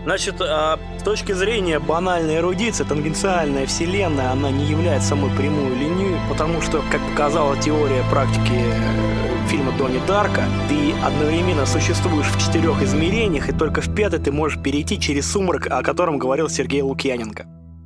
Значит, с точки зрения банальной эрудиции, тангенциальная вселенная, она не является самой прямой линией, потому что, как показала теория практики фильма Донни Дарка, ты одновременно существуешь в 4 измерениях, и только в 5-й ты можешь перейти через сумрак, о котором говорил Сергей Лукьяненко.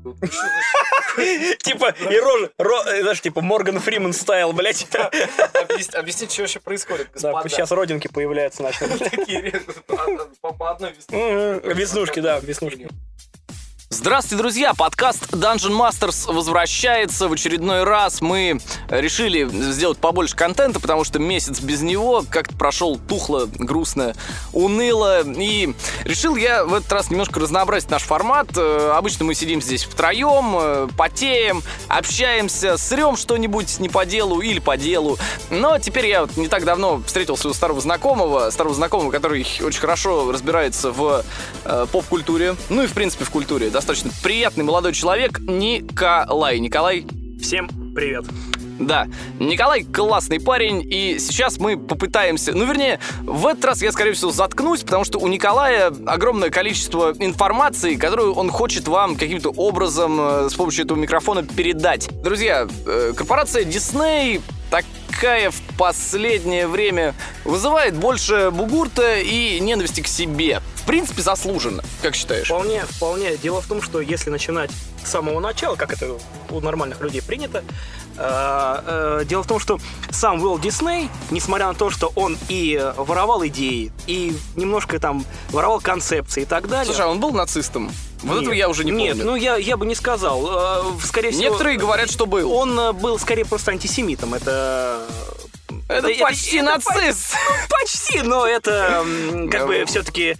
Типа, и рожа, знаешь, типа Морган Фриман стайл, блядь. Объясните, что вообще происходит, господа. Сейчас родинки появляются, начнут. Такие по одной веснушке. Веснушки, да, веснушки. Здравствуйте, друзья! Подкаст Dungeon Masters возвращается в очередной раз. Мы решили сделать побольше контента, потому что месяц без него как-то прошел тухло, грустно, уныло. И решил я в этот раз немножко разнообразить наш формат. Обычно мы сидим здесь втроем, потеем, общаемся, срем что-нибудь не по делу или по делу. Но теперь я не так давно встретил своего старого знакомого, который очень хорошо разбирается в поп-культуре, ну и в принципе в культуре. Достаточно приятный молодой человек Николай. Николай. Всем привет. Да, Николай классный парень, и сейчас мы попытаемся... в этот раз я, скорее всего, заткнусь, потому что у Николая огромное количество информации, которую он хочет вам каким-то образом с помощью этого микрофона передать. Друзья, корпорация Disney такая в последнее время вызывает больше бугурта и ненависти к себе. В принципе, заслуженно, как считаешь? Вполне. Дело в том, что если начинать с самого начала, как это у нормальных людей принято, дело в том, что сам Уолт Дисней, несмотря на то, что он и воровал идеи, и немножко там воровал концепции и так далее... Слушай, а он был нацистом? Вот этого я уже не помню. Нет, я бы не сказал. Скорее всего... Некоторые говорят, что был. Он был скорее просто антисемитом. Это почти нацист. Почти, но это как бы все-таки...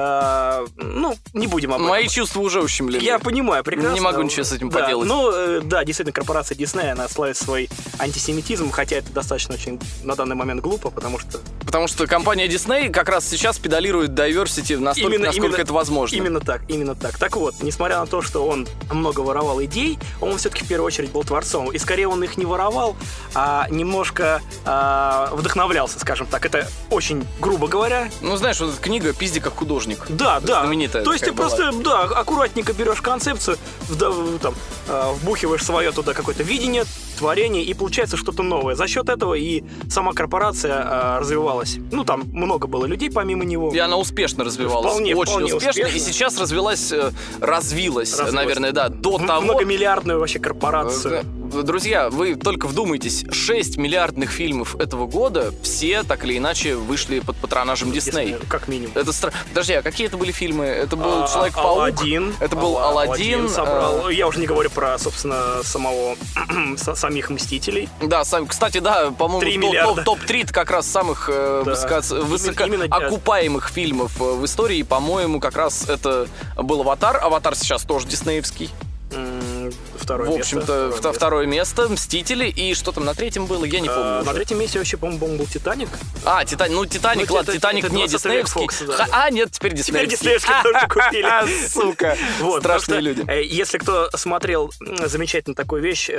не будем об этом. Мои чувства уже ущемлены. Я понимаю, прекрасно. Не могу ничего с этим поделать. Да, действительно, корпорация Disney, она славит свой антисемитизм, хотя это достаточно очень на данный момент глупо, потому что компания Disney как раз сейчас педалирует diversity настолько, насколько это возможно. Именно так. Так вот, несмотря на то, что он много воровал идей, он все-таки в первую очередь был творцом. И скорее он их не воровал, а немножко вдохновлялся, скажем так. Это очень грубо говоря. Знаешь, вот эта книга «Пизди как художник». Да. Знаменитая. То есть ты просто, аккуратненько берешь концепцию, вбухиваешь свое туда какое-то видение, творение, и получается что-то новое. За счет этого и сама корпорация развивалась. Там много было людей помимо него. И она успешно развивалась. Вполне успешно. И сейчас развилась, наверное, да, до того... Многомиллиардную вообще корпорацию. Друзья, вы только вдумайтесь, 6 миллиардных фильмов этого года все так или иначе вышли под патронажем Дисней. Как минимум. Это Подожди, а какие это были фильмы? Это был Человек-паук? Аладдин. Это был Аладдин. Собрал. Я уже не говорю про, собственно, самих Мстителей. Да, кстати, да, по-моему, топ-3 как раз самых высокоокупаемых фильмов в истории. По-моему, как раз это был «Аватар». «Аватар» сейчас тоже диснеевский. Второе место. «Мстители». И что там на третьем было, я не помню. На третьем месте вообще, по-моему, был «Титаник». «Титаник», ладно, «Титаник» не диснеевский. Нет, теперь диснеевский. Теперь диснеевский тоже купили. Сука, страшные люди. Если кто смотрел замечательную такую вещь,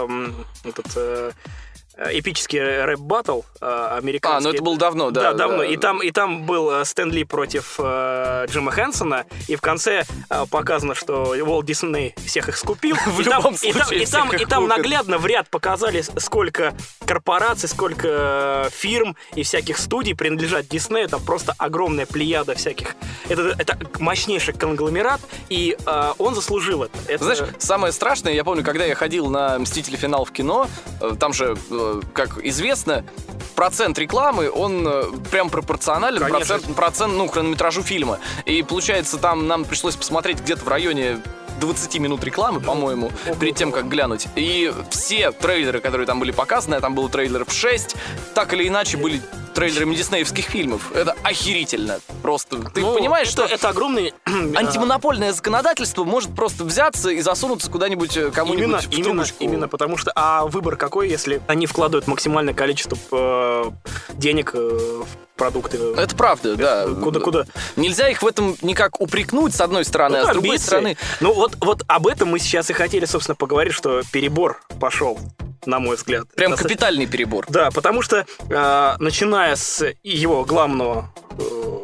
эпический рэп-баттл американский. Это было давно, да. Да, давно. И там был Стэн Ли против Джима Хэнсона, и в конце показано, что Уолт Дисней всех их скупил. И там наглядно в ряд показали, сколько корпораций, сколько фирм и всяких студий принадлежат Диснею. Там просто огромная плеяда всяких. Это мощнейший конгломерат, и он заслужил это. Знаешь, самое страшное, я помню, когда я ходил на «Мстители. Финал» в кино, там же, как известно, процент рекламы, он прям пропорционален процент хронометражу фильма. И получается, там нам пришлось посмотреть где-то в районе 20 минут рекламы, по-моему, перед тем, как глянуть. И все трейлеры, которые там были показаны, а там было трейлеров 6, так или иначе были трейлерами диснеевских фильмов. Это охерительно. Просто. Ты понимаешь, что это огромный... антимонопольное законодательство может просто взяться и засунуться куда-нибудь кому-нибудь в трубочку. Именно, потому что... А выбор какой, если они вкладывают максимальное количество денег в продукты? Это правда, да. Куда? Нельзя их в этом никак упрекнуть, с одной стороны, а с другой стороны... Вот об этом мы сейчас и хотели, собственно, поговорить, что перебор пошел, на мой взгляд. Прям капитальный перебор. Да, потому что, начиная с его главного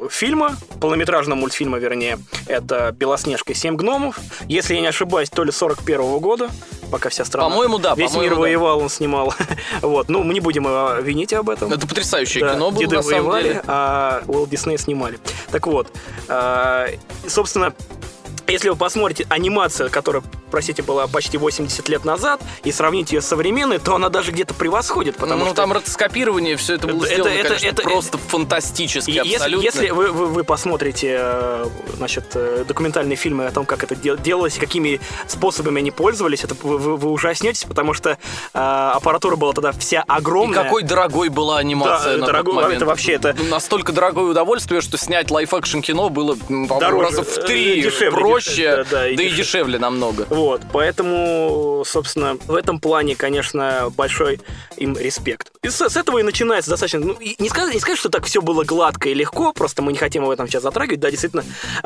фильма, полнометражного мультфильма, вернее. Это «Белоснежка и 7 гномов». Если я не ошибаюсь, то ли 41-го года, пока вся страна... По-моему, да. Весь мир воевал, он снимал. Вот, ну, мы не будем его винить об этом. Это потрясающее кино было, на самом деле. А Уолт Дисней снимали. Так вот, собственно, если вы посмотрите анимацию, которая, простите, была почти 80 лет назад, и сравните ее с современной, то она даже где-то превосходит, потому что... там ротоскопирование, все это было сделано, конечно, просто фантастически, абсолютно. Если вы посмотрите, значит, документальные фильмы о том, как это делалось, какими способами они пользовались, это вы ужаснетесь, потому что аппаратура была тогда вся огромная. И какой дорогой была анимация на тот момент. Это вообще... Настолько дорогое удовольствие, что снять лайф-экшн кино было, по-моему, раза в 3 проще, да и дешевле намного. Вот, поэтому, собственно, в этом плане, конечно, большой им респект. И с этого и начинается достаточно... Ну, не сказать, что так все было гладко и легко, просто мы не хотим об этом сейчас затрагивать. Да, действительно,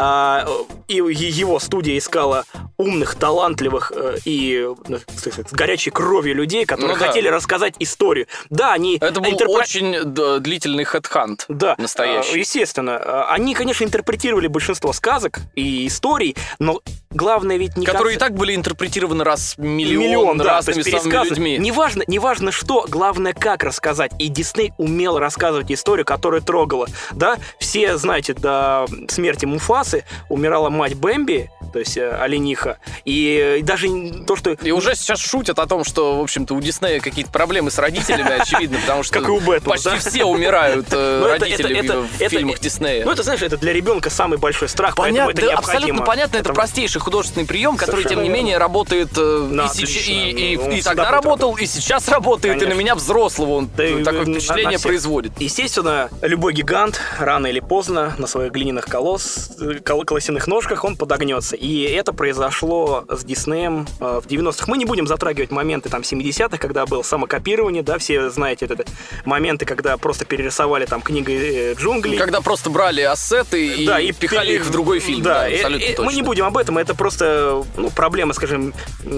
и его студия искала умных, талантливых и с горячей кровью людей, которые хотели рассказать историю. Да, они... Это был очень длительный хедхант. Да, настоящий. Естественно. Они, конечно, интерпретировали большинство сказок и историй, но главное ведь не... Которые и так были интерпретированы миллион разными самыми людьми. Неважно что, главное как рассказать. И Дисней умел рассказывать историю, которая трогала. Да? Все, знаете, до смерти Муфасы умирала мать Бэмби, то есть олениха. И даже то, что... И уже сейчас шутят о том, что, в общем-то, у Диснея какие-то проблемы с родителями, очевидно, потому что как и у Бэтмена, почти все умирают родители в фильмах Диснея. Ну, это, знаешь, это для ребенка самый большой страх, поэтому это необходимо. Абсолютно понятно, это простейший художественный прием, который, тем не менее, работает и тогда работал, и сейчас работает, конечно. И на меня взрослого он такое впечатление производит. Естественно, любой гигант рано или поздно на своих глиняных колосяных ножках он подогнется. И это произошло с Диснеем в 90-х. Мы не будем затрагивать моменты там 70-х, когда было самокопирование, да, все знаете это моменты, когда просто перерисовали там книгой джунглей. Когда просто брали ассеты и пихали их в другой фильм. Да, мы не будем об этом, это просто проблема, скажем,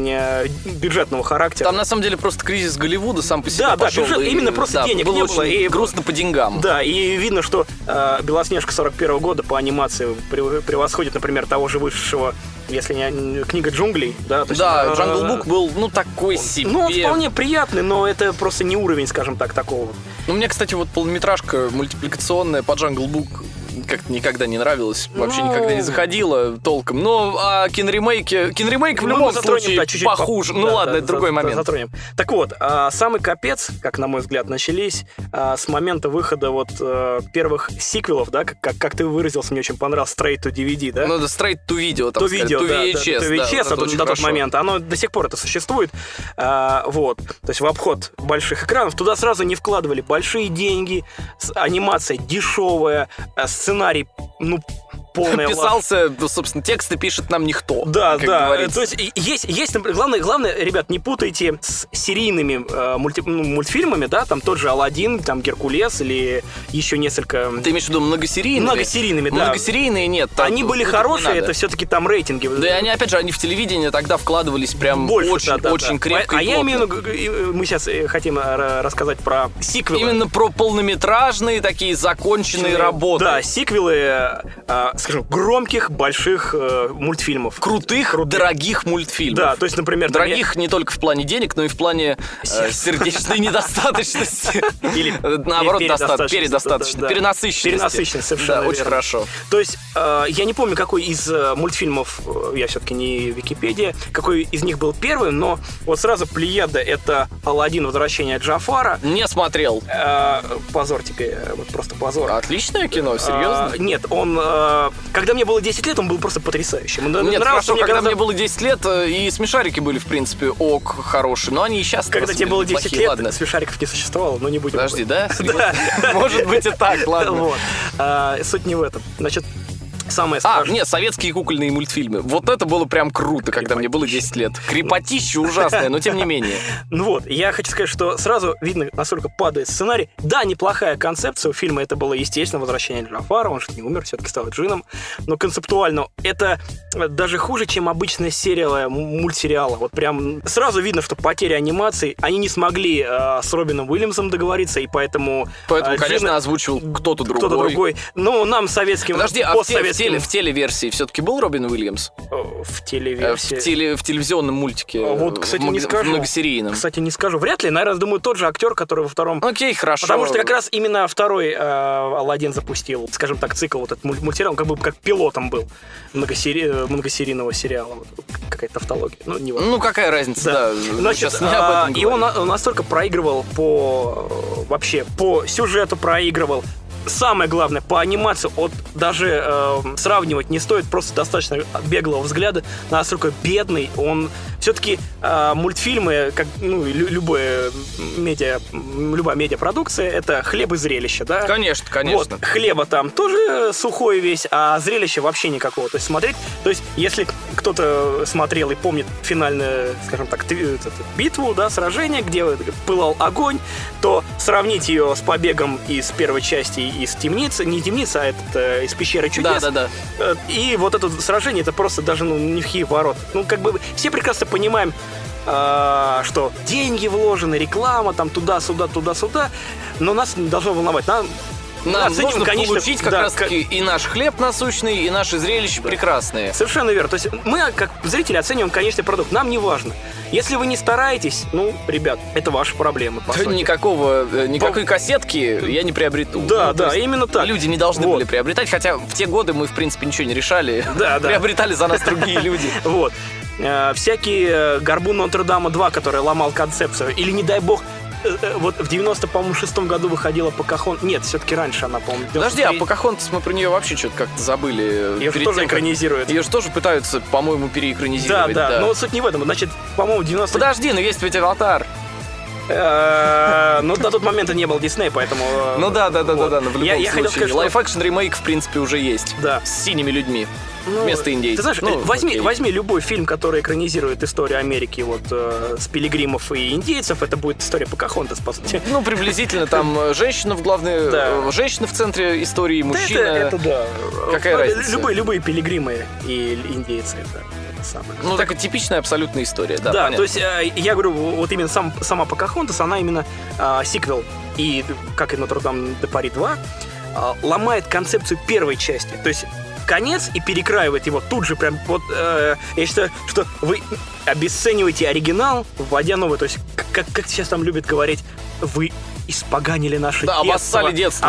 бюджетного характера. Там на самом деле просто кризис Голливуда сам по себе пошел. Да, именно просто денег было не было. И грустно по деньгам. Да, и видно, что Белоснежка 41-го года по анимации превосходит, например, того же вышедшего, если не книга джунглей, да. Да, Jungle Book был, такой себе. Ну, он вполне приятный, но это просто не уровень, скажем так, такого. Ну, мне, кстати, вот полнометражка мультипликационная по Jungle Book как-то никогда не нравилось, вообще никогда не заходила толком. Но киноремейк в любом случае похуже. Ну ладно, это другой момент. Затронем. Так вот, самый капец, как на мой взгляд, начались с момента выхода первых сиквелов, да, как ты выразился, мне очень понравилось, Straight to DVD, да? Ну, да, Straight to Video, там сказать, to VHS, на тот момент, оно до сих пор это существует. Вот, то есть в обход больших экранов, туда сразу не вкладывали большие деньги, анимация дешевая, сценарий, полная писался, собственно, тексты пишет нам никто. Да, говорится. То есть есть, главное, ребят, не путайте с серийными мультфильмами, да, там тот же Аладдин, там Геркулес или еще несколько... Ты имеешь в виду многосерийными? Многосерийными, да. Многосерийные нет. Они были хорошие, это все-таки там рейтинги. Да, и они, опять же, в телевидение тогда вкладывались прям очень крепко. Я имею в виду, мы сейчас хотим рассказать про сиквелы. Именно про полнометражные такие законченные работы. Да, сиквелы, скажем, громких, больших мультфильмов. Крутых, дорогих мультфильмов. Да, то есть, например... Дорогих не только в плане денег, но и в плане сердечной недостаточности. Или наоборот, передостаточности. Перенасыщенности. Перенасыщенность, совершенно верно. Очень хорошо. То есть, я не помню, какой из мультфильмов, я все-таки не Википедия, какой из них был первым, но вот сразу плеяда — это Аладдин, возвращение Джафара. Не смотрел. Позор тебе, просто позор. Отличное кино, серьезно? Нет, он... Когда мне было 10 лет, он был просто потрясающим. Нет, хорошо, когда мне было 10 лет, и смешарики были, в принципе, хорошие, но они и сейчас... Когда тебе было 10 лет, смешариков не существовало, но не будем... Подожди, да? Может быть и так, ладно. Суть не в этом. Значит, самое страшное... Нет, советские кукольные мультфильмы. Вот это было прям круто, когда мне было 10 лет. Крепотища ужасная, но тем не менее. Ну вот, я хочу сказать, что сразу видно, насколько падает сценарий. Да, неплохая концепция у фильма, это было, естественно, возвращение Джафара, он же не умер, все-таки стал джинном. Но концептуально это даже хуже, чем обычная серия мультсериала. Вот прям сразу видно, что потеря анимации, они не смогли с Робином Уильямсом договориться, и поэтому... конечно, озвучивал кто-то другой. Ну, нам советским... Подожди, а в телеверсии все-таки был Робин Уильямс? В телеверсии? В телевизионном мультике. Вот, кстати, не скажу. Многосерийном. Кстати, не скажу. Вряд ли. Наверное, думаю, тот же актер, который во втором... Окей, хорошо. Потому что как раз именно второй Аладдин запустил, скажем так, цикл, вот этот мультсериал, как бы как пилотом был многосерийного сериала. Вот, какая-то тавтология. Ну, не важно. Ну, какая разница, да. Значит, и он настолько проигрывал по сюжету проигрывал. Самое главное, по анимации, даже сравнивать не стоит, просто достаточно беглого взгляда, насколько бедный он. Все-таки мультфильмы, как любая медиапродукция, это хлеб и зрелище, да? Конечно. Вот, хлеба там тоже сухой весь, а зрелища вообще никакого. То есть смотреть, если кто-то смотрел и помнит финальную, скажем так, битву, да, сражение, где пылал огонь, то сравнить ее с побегом из первой части из темницы, не темницы, а из пещеры чудес. Да. И вот это сражение, это просто даже ни в какие ворота. Как бы все прекрасно понимаем, что деньги вложены, реклама, там туда-сюда, но нас не должно волновать. Нам нужно получить как раз-таки и наш хлеб насущный, и наши зрелища прекрасные. Совершенно верно. То есть мы, как зрители, оцениваем конечный продукт. Нам не важно. Если вы не стараетесь, ребят, это ваши проблемы, по сути. Никакой кассетки я не приобрету. Да, именно так. Люди не должны были приобретать, хотя в те годы мы, в принципе, ничего не решали. Да. Приобретали за нас другие люди. Вот. Всякие «Горбун Нотр-Дама 2», который ломал концепцию, или, не дай бог, вот в 96-м году выходила Покахонтас. Нет, все-таки раньше она, по-моему, 93-й. Подожди, а Покахонтас, мы про нее вообще что-то как-то забыли. Ее же тоже экранизируют. Ее же тоже пытаются, по-моему, переэкранизировать. Да, но суть не в этом. Значит, по-моему, 90-й... Подожди, но есть ведь «Аватар». На тот момент не был Дисней, поэтому... Ну да, в любом случае. Лайф-экшн ремейк, в принципе, уже есть. Да. С синими людьми. Вместо индейцев. Ты знаешь, возьми любой фильм, который экранизирует историю Америки с пилигримов и индейцев, это будет история Покахонтас, по сути. Приблизительно там женщина женщина в центре истории, мужчина. Это да. Какая разница? Любые пилигримы и индейцы, это самое. Такая типичная абсолютная история, да. Да, то есть я говорю, вот именно сама Покахонтас, она именно сиквел, и как и Нотр-Дам де Пари 2, ломает концепцию первой части. То есть конец и перекраивает его тут же прям я считаю, что вы обесцениваете оригинал, вводя новый. То есть, как сейчас там любят говорить, вы испоганили наше детство. Обоссали детство.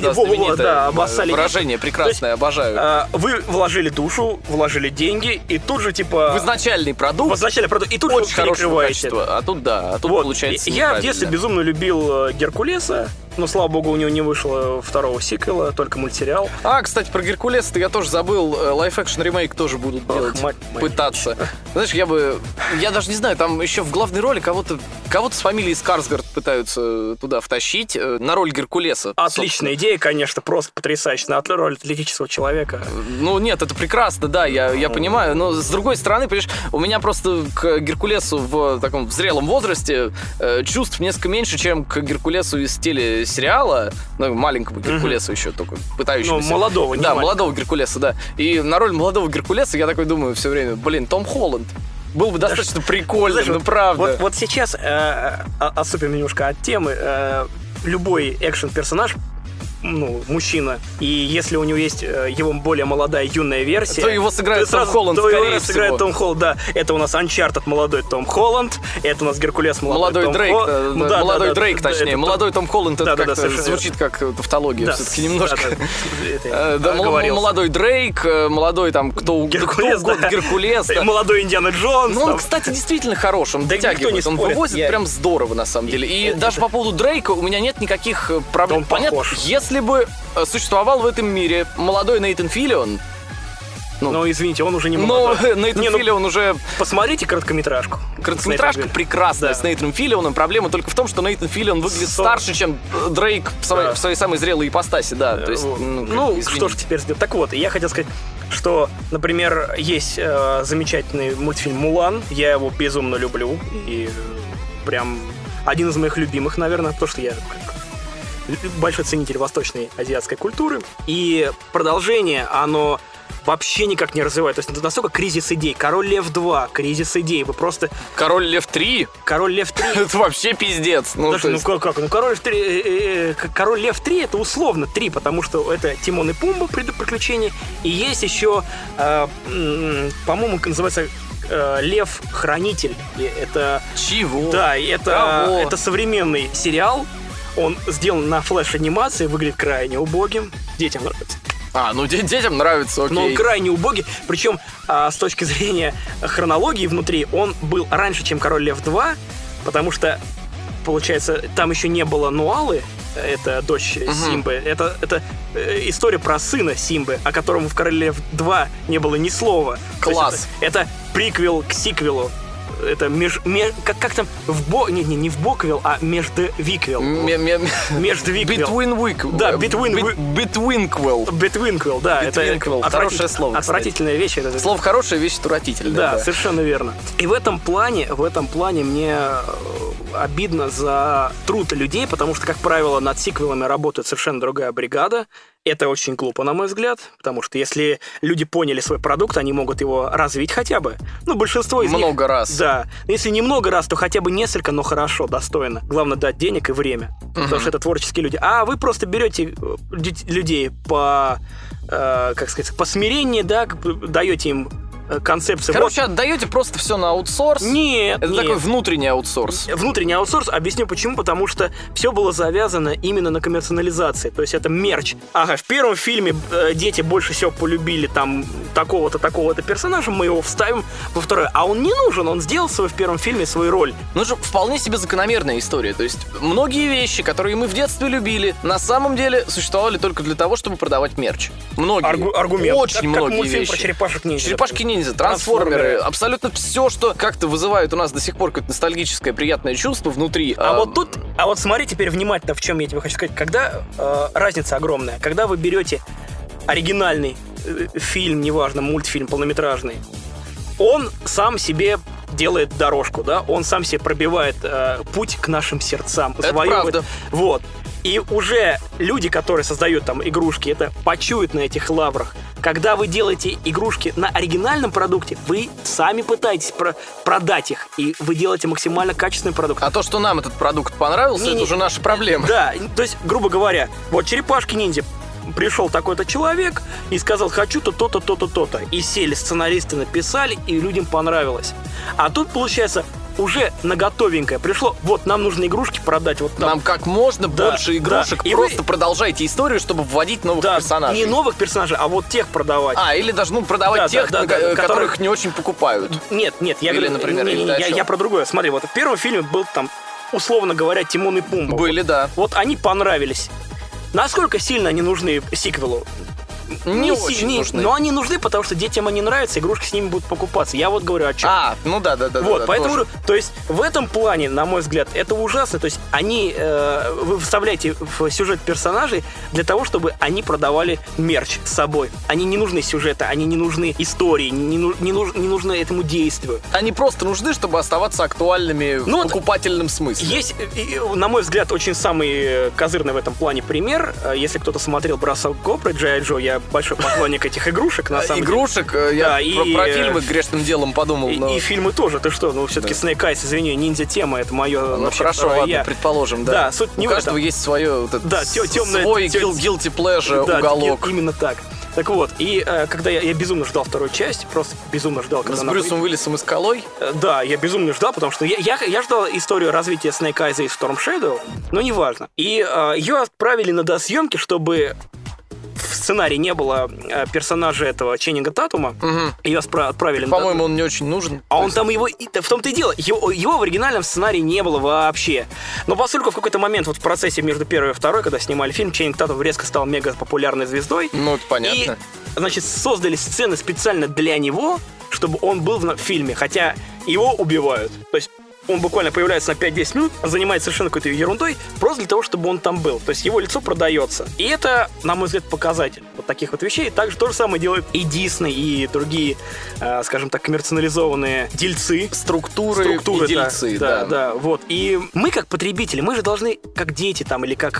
Обоссали выражение прекрасное, обожаю. Вы вложили душу, вложили деньги, и тут же в изначальный продукт, и тут очень же хорошего качества. А тут получается Я в детстве безумно любил Геркулеса, но, слава богу, у него не вышло второго сиквела, только мультсериал. Кстати, про Геркулеса-то я тоже забыл. Лайф-экшн ремейк тоже будут делать. Пытаться. Знаешь, я даже не знаю, там еще в главной роли кого-то с фамилией Скарсгард пытаются туда втащить на роль Геркулеса. Отличная идея, конечно, просто потрясающая. На роль атлетического человека. Нет, это прекрасно, да, я понимаю. Но, с другой стороны, понимаешь, у меня просто к Геркулесу в таком зрелом возрасте чувств несколько меньше, чем к Геркулесу из телесериала, маленького Геркулеса еще только пытающегося. Молодого, не маленького. Молодого Геркулеса, да. И на роль молодого Геркулеса я такой думаю все время, Том Холланд. Был бы достаточно прикольным, правда. Вот сейчас, отступим немножко от темы, любой экшен-персонаж, мужчина, и если у него есть его более молодая юная версия, то его сыграет Том Холланд, скорее всего. Сыграет Том Холланд, да. Это у нас Uncharted молодой Том Холланд, это у нас Геркулес молодой Том Холланд. Молодой Дрейк, точнее. Молодой Том Холланд, это как-то звучит как тавтология все-таки немножко. Молодой Дрейк, молодой там кто угодно, Геркулес. Молодой Индиана Джонс. Он, кстати, действительно хорош, он дотягивает, он вывозит прям здорово, на самом деле. И даже по поводу Дрейка у меня нет никаких проблем. Понятно, если бы существовал в этом мире молодой Нейтан Филлион, Ну, извините, он уже не молодой. Но Нейтан Филлион уже... Посмотрите короткометражку. Короткометражка прекрасная с Нейтаном Филлионом. Проблема только в том, что Нейтан Филлион выглядит старше, чем Дрейк в своей самой зрелой ипостаси, да. То есть, что ж теперь сделать? Так вот, я хотел сказать, что, например, есть замечательный мультфильм «Мулан». Я его безумно люблю. И прям один из моих любимых, наверное, потому что я большой ценитель восточной азиатской культуры. И продолжение, оно вообще никак не развивает. То есть это настолько кризис идей. Король Лев 2, кризис идей. Вы просто... Король Лев 3? Король Лев 3. Это вообще пиздец. Как? Ну, Король Лев 3 это условно 3, потому что это Тимон и Пумба приключения. И есть еще, по-моему, называется Лев-хранитель. Это... Чего? Да, это современный сериал. Он сделан на флеш-анимации, выглядит крайне убогим. Детям нравится. Детям нравится, окей. Но он крайне убогий. Причем, с точки зрения хронологии внутри, он был раньше, чем Король Лев 2, потому что, получается, там еще не было Нуалы, это дочь Симбы. Это история про сына Симбы, о котором в Король Лев 2 не было ни слова. Класс. Это приквел к сиквелу. Это как там не в боквел, а междвиквел. Междвиквел. Between-виквел. Да, Betweenquel. Betweenquel, да. Betweenquel. Это хорошее слово. Отвратительная вещь. Слово хорошее, вещь отвратительная. Да, совершенно верно. И в этом плане мне обидно за труд людей, потому что, как правило, над сиквелами работает совершенно другая бригада. Это очень глупо, на мой взгляд, потому что если люди поняли свой продукт, они могут его развить хотя бы. Большинство из них... Много раз. Да. Если не много раз, то хотя бы несколько, но хорошо, достойно. Главное дать денег и время, потому что это творческие люди. А вы просто берете людей по, по смирению, да, даете им концепцию. Короче, отдаете просто все на аутсорс? Нет. Это такой внутренний аутсорс. Внутренний аутсорс. Объясню почему. Потому что все было завязано именно на коммерциализации. То есть это мерч. В первом фильме дети больше всего полюбили там такого-то персонажа, мы его вставим во второй. А он не нужен, он сделал в первом фильме свою роль. Ну же, вполне себе закономерная история. То есть многие вещи, которые мы в детстве любили, на самом деле существовали только для того, чтобы продавать мерч. Многие. Аргумент. Очень многие как мультфильм вещи. про черепашек-ниндзя. Черепашки-ниндзя, трансформеры, абсолютно все, что как-то вызывает у нас до сих пор какое-то ностальгическое приятное чувство внутри. А вот смотри теперь внимательно, в чем я тебе хочу сказать. Когда разница огромная, когда вы берете оригинальный фильм, неважно, мультфильм полнометражный, он сам себе делает дорожку, да, он сам себе пробивает путь к нашим сердцам. Это правда. Вот. И уже люди, которые создают там игрушки, это почуют на этих лаврах. Когда вы делаете игрушки на оригинальном продукте, вы сами пытаетесь продать их, и вы делаете максимально качественный продукт. А то, что нам этот продукт понравился, это уже наша проблема. Да, то есть, грубо говоря, вот черепашки-ниндзя. Пришел такой-то человек и сказал, хочу то-то, то-то, то-то. И сели сценаристы, написали, и людям понравилось. А тут, получается, уже наготовенькое пришло, вот, нам нужно игрушки продать. Вот нам как можно больше игрушек, просто продолжайте историю, чтобы вводить новых персонажей. Не новых персонажей, а вот тех продавать. Или даже продавать тех, которых не очень покупают. Нет, я говорю, например, я про другое. Смотри, вот в первом фильме был там, условно говоря, Тимон и Пумба. Были, да. Вот они понравились. Насколько сильно они нужны сиквелу? Не очень нужны. Но они нужны, потому что детям они нравятся, игрушки с ними будут покупаться. Я вот говорю о чем. Да. Вот, поэтому говорю, то есть в этом плане, на мой взгляд, это ужасно. То есть вы вставляете в сюжет персонажей для того, чтобы они продавали мерч с собой. Они не нужны сюжеты, они не нужны истории, не нужны этому действию. Они просто нужны, чтобы оставаться актуальными в покупательном смысле. Есть, на мой взгляд, очень самый козырный в этом плане пример. Если кто-то смотрел «Бросок Кобры», G.I. Joe, я большой поклонник этих игрушек, на самом деле. Игрушек? Я про фильмы грешным делом подумал. И фильмы тоже. Ты что? Все-таки Snake Eyes, извини, ниндзя-тема, это мое... Хорошо, ладно, предположим, да. Да, суть не в этом. У каждого есть свое свой guilty pleasure уголок. Именно так. Так вот, и когда я безумно ждал вторую часть, просто безумно ждал, когда с Брюсом Уиллисом и Скалой? Да, я безумно ждал, потому что я ждал историю развития Snake Eyes и Storm Shadow, но неважно. И ее отправили на досъемки, чтобы сценарии не было персонажа этого Ченнинга Татума, ее отправили на... По-моему, он не очень нужен. А он там его... В том-то и дело. Его в оригинальном сценарии не было вообще. Но поскольку в какой-то момент вот в процессе между первой и второй, когда снимали фильм, Ченнинг Татум резко стал мега популярной звездой. Ну, это понятно. И, значит, создали сцены специально для него, чтобы он был в фильме, хотя его убивают. То есть он буквально появляется на 5-10 минут, занимается совершенно какой-то ерундой, просто для того, чтобы он там был. То есть его лицо продается. И это, на мой взгляд, показатель вот таких вот вещей. Также то же самое делают и Дисней, и другие, скажем так, коммерциализованные дельцы. Структуры и дельцы, да. Вот. И мы, как потребители, мы же должны, как дети там, или как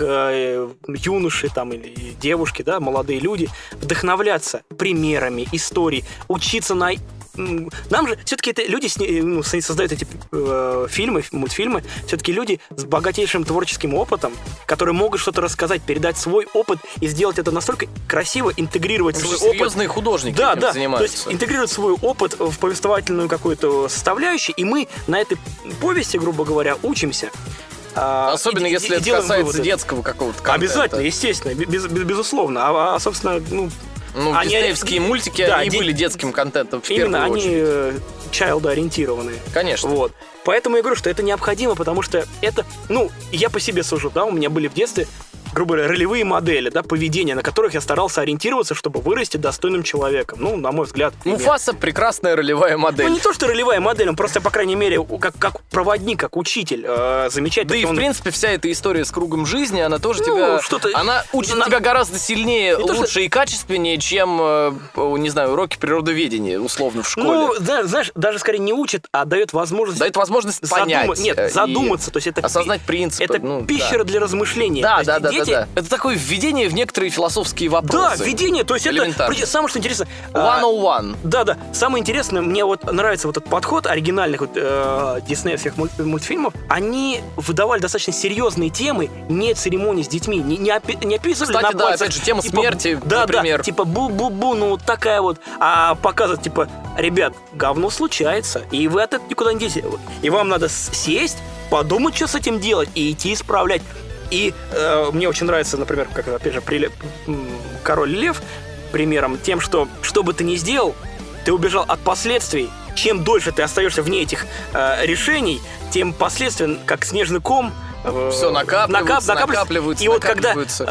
юноши там, или девушки, да, молодые люди, вдохновляться примерами, историей, учиться на... Нам же все-таки это люди создают эти фильмы, мультфильмы, все-таки люди с богатейшим творческим опытом, которые могут что-то рассказать, передать свой опыт и сделать это настолько красиво, интегрировать свой опыт. Серьезные художники этим занимаются. То есть интегрировать свой опыт в повествовательную какую-то составляющую, и мы на этой повести, грубо говоря, учимся. Особенно если это касается детского какого-то контента. Обязательно, естественно, безусловно. Собственно, диснеевские мультики, они были детским контентом в первую очередь. Именно, они child-ориентированные. Конечно. Вот. Поэтому я говорю, что это необходимо, потому что это, я по себе сужу, да, у меня были в детстве, грубо говоря, ролевые модели, да, поведения, на которых я старался ориентироваться, чтобы вырасти достойным человеком. На мой взгляд. Муфаса — прекрасная ролевая модель. Не то, что ролевая модель, он просто, по крайней мере, как проводник, как учитель, замечательно. Да и, в принципе, вся эта история с кругом жизни, она тоже она учит тебя гораздо сильнее, лучше и качественнее, чем, не знаю, уроки природоведения, условно, в школе. Знаешь, даже скорее не учит, а дает возможность... понять. Задуматься. То есть это осознать принципы. Это пища для размышления. Да. Это такое введение в некоторые философские вопросы. Да, введение, то есть это самое, что интересно... 101. Да. Самое интересное, мне вот нравится вот этот подход оригинальных диснеевских мультфильмов. Они выдавали достаточно серьезные темы, не церемонии с детьми, не описывали на пальцах. Опять же, тема смерти, например. Да, типа бу-бу-бу, вот такая вот. А показывают, типа, ребят, говно случается, и вы от этого никуда не денетесь. И вам надо сесть, подумать, что с этим делать, и идти исправлять. И мне очень нравится, например, как, опять же, Король Лев примером тем, что бы ты ни сделал, ты убежал от последствий. Чем дольше ты остаешься вне этих решений, тем последствия, как снежный ком, все накапливаются. И вот когда...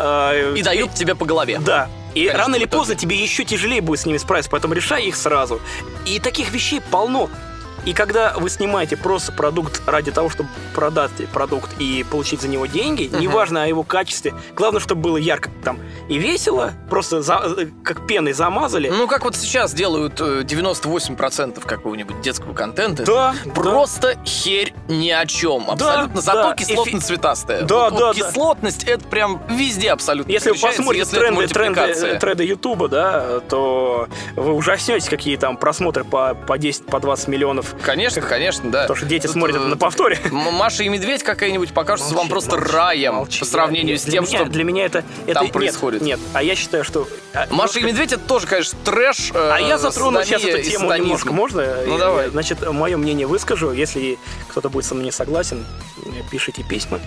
и дают тебе по голове. Да. И конечно, рано или поздно тебе еще тяжелее будет с ними справиться, поэтому решай их сразу. И таких вещей полно. И когда вы снимаете просто продукт ради того, чтобы продать продукт и получить за него деньги, неважно о его качестве, главное, чтобы было ярко там и весело, просто как пеной замазали. Как вот сейчас делают 98% какого-нибудь детского контента. Да. Просто херь ни о чем. Абсолютно. Зато кислотно-цветастая. Да. Кислотность — это прям везде абсолютно. Если вы посмотрите тренды Ютуба, да, то вы ужаснетесь, какие там просмотры по 10, по 20 миллионов. Конечно, да. Потому что дети смотрят это на повторе. Маша и Медведь какая-нибудь покажется вам просто раем по сравнению с тем, что для меня это там происходит. Нет, а я считаю, что... Маша и Медведь — это тоже, конечно, трэш. А я затрону сейчас эту тему немножко, можно? Давай. Значит, мое мнение выскажу. Если кто-то будет со мной не согласен, пишите письма.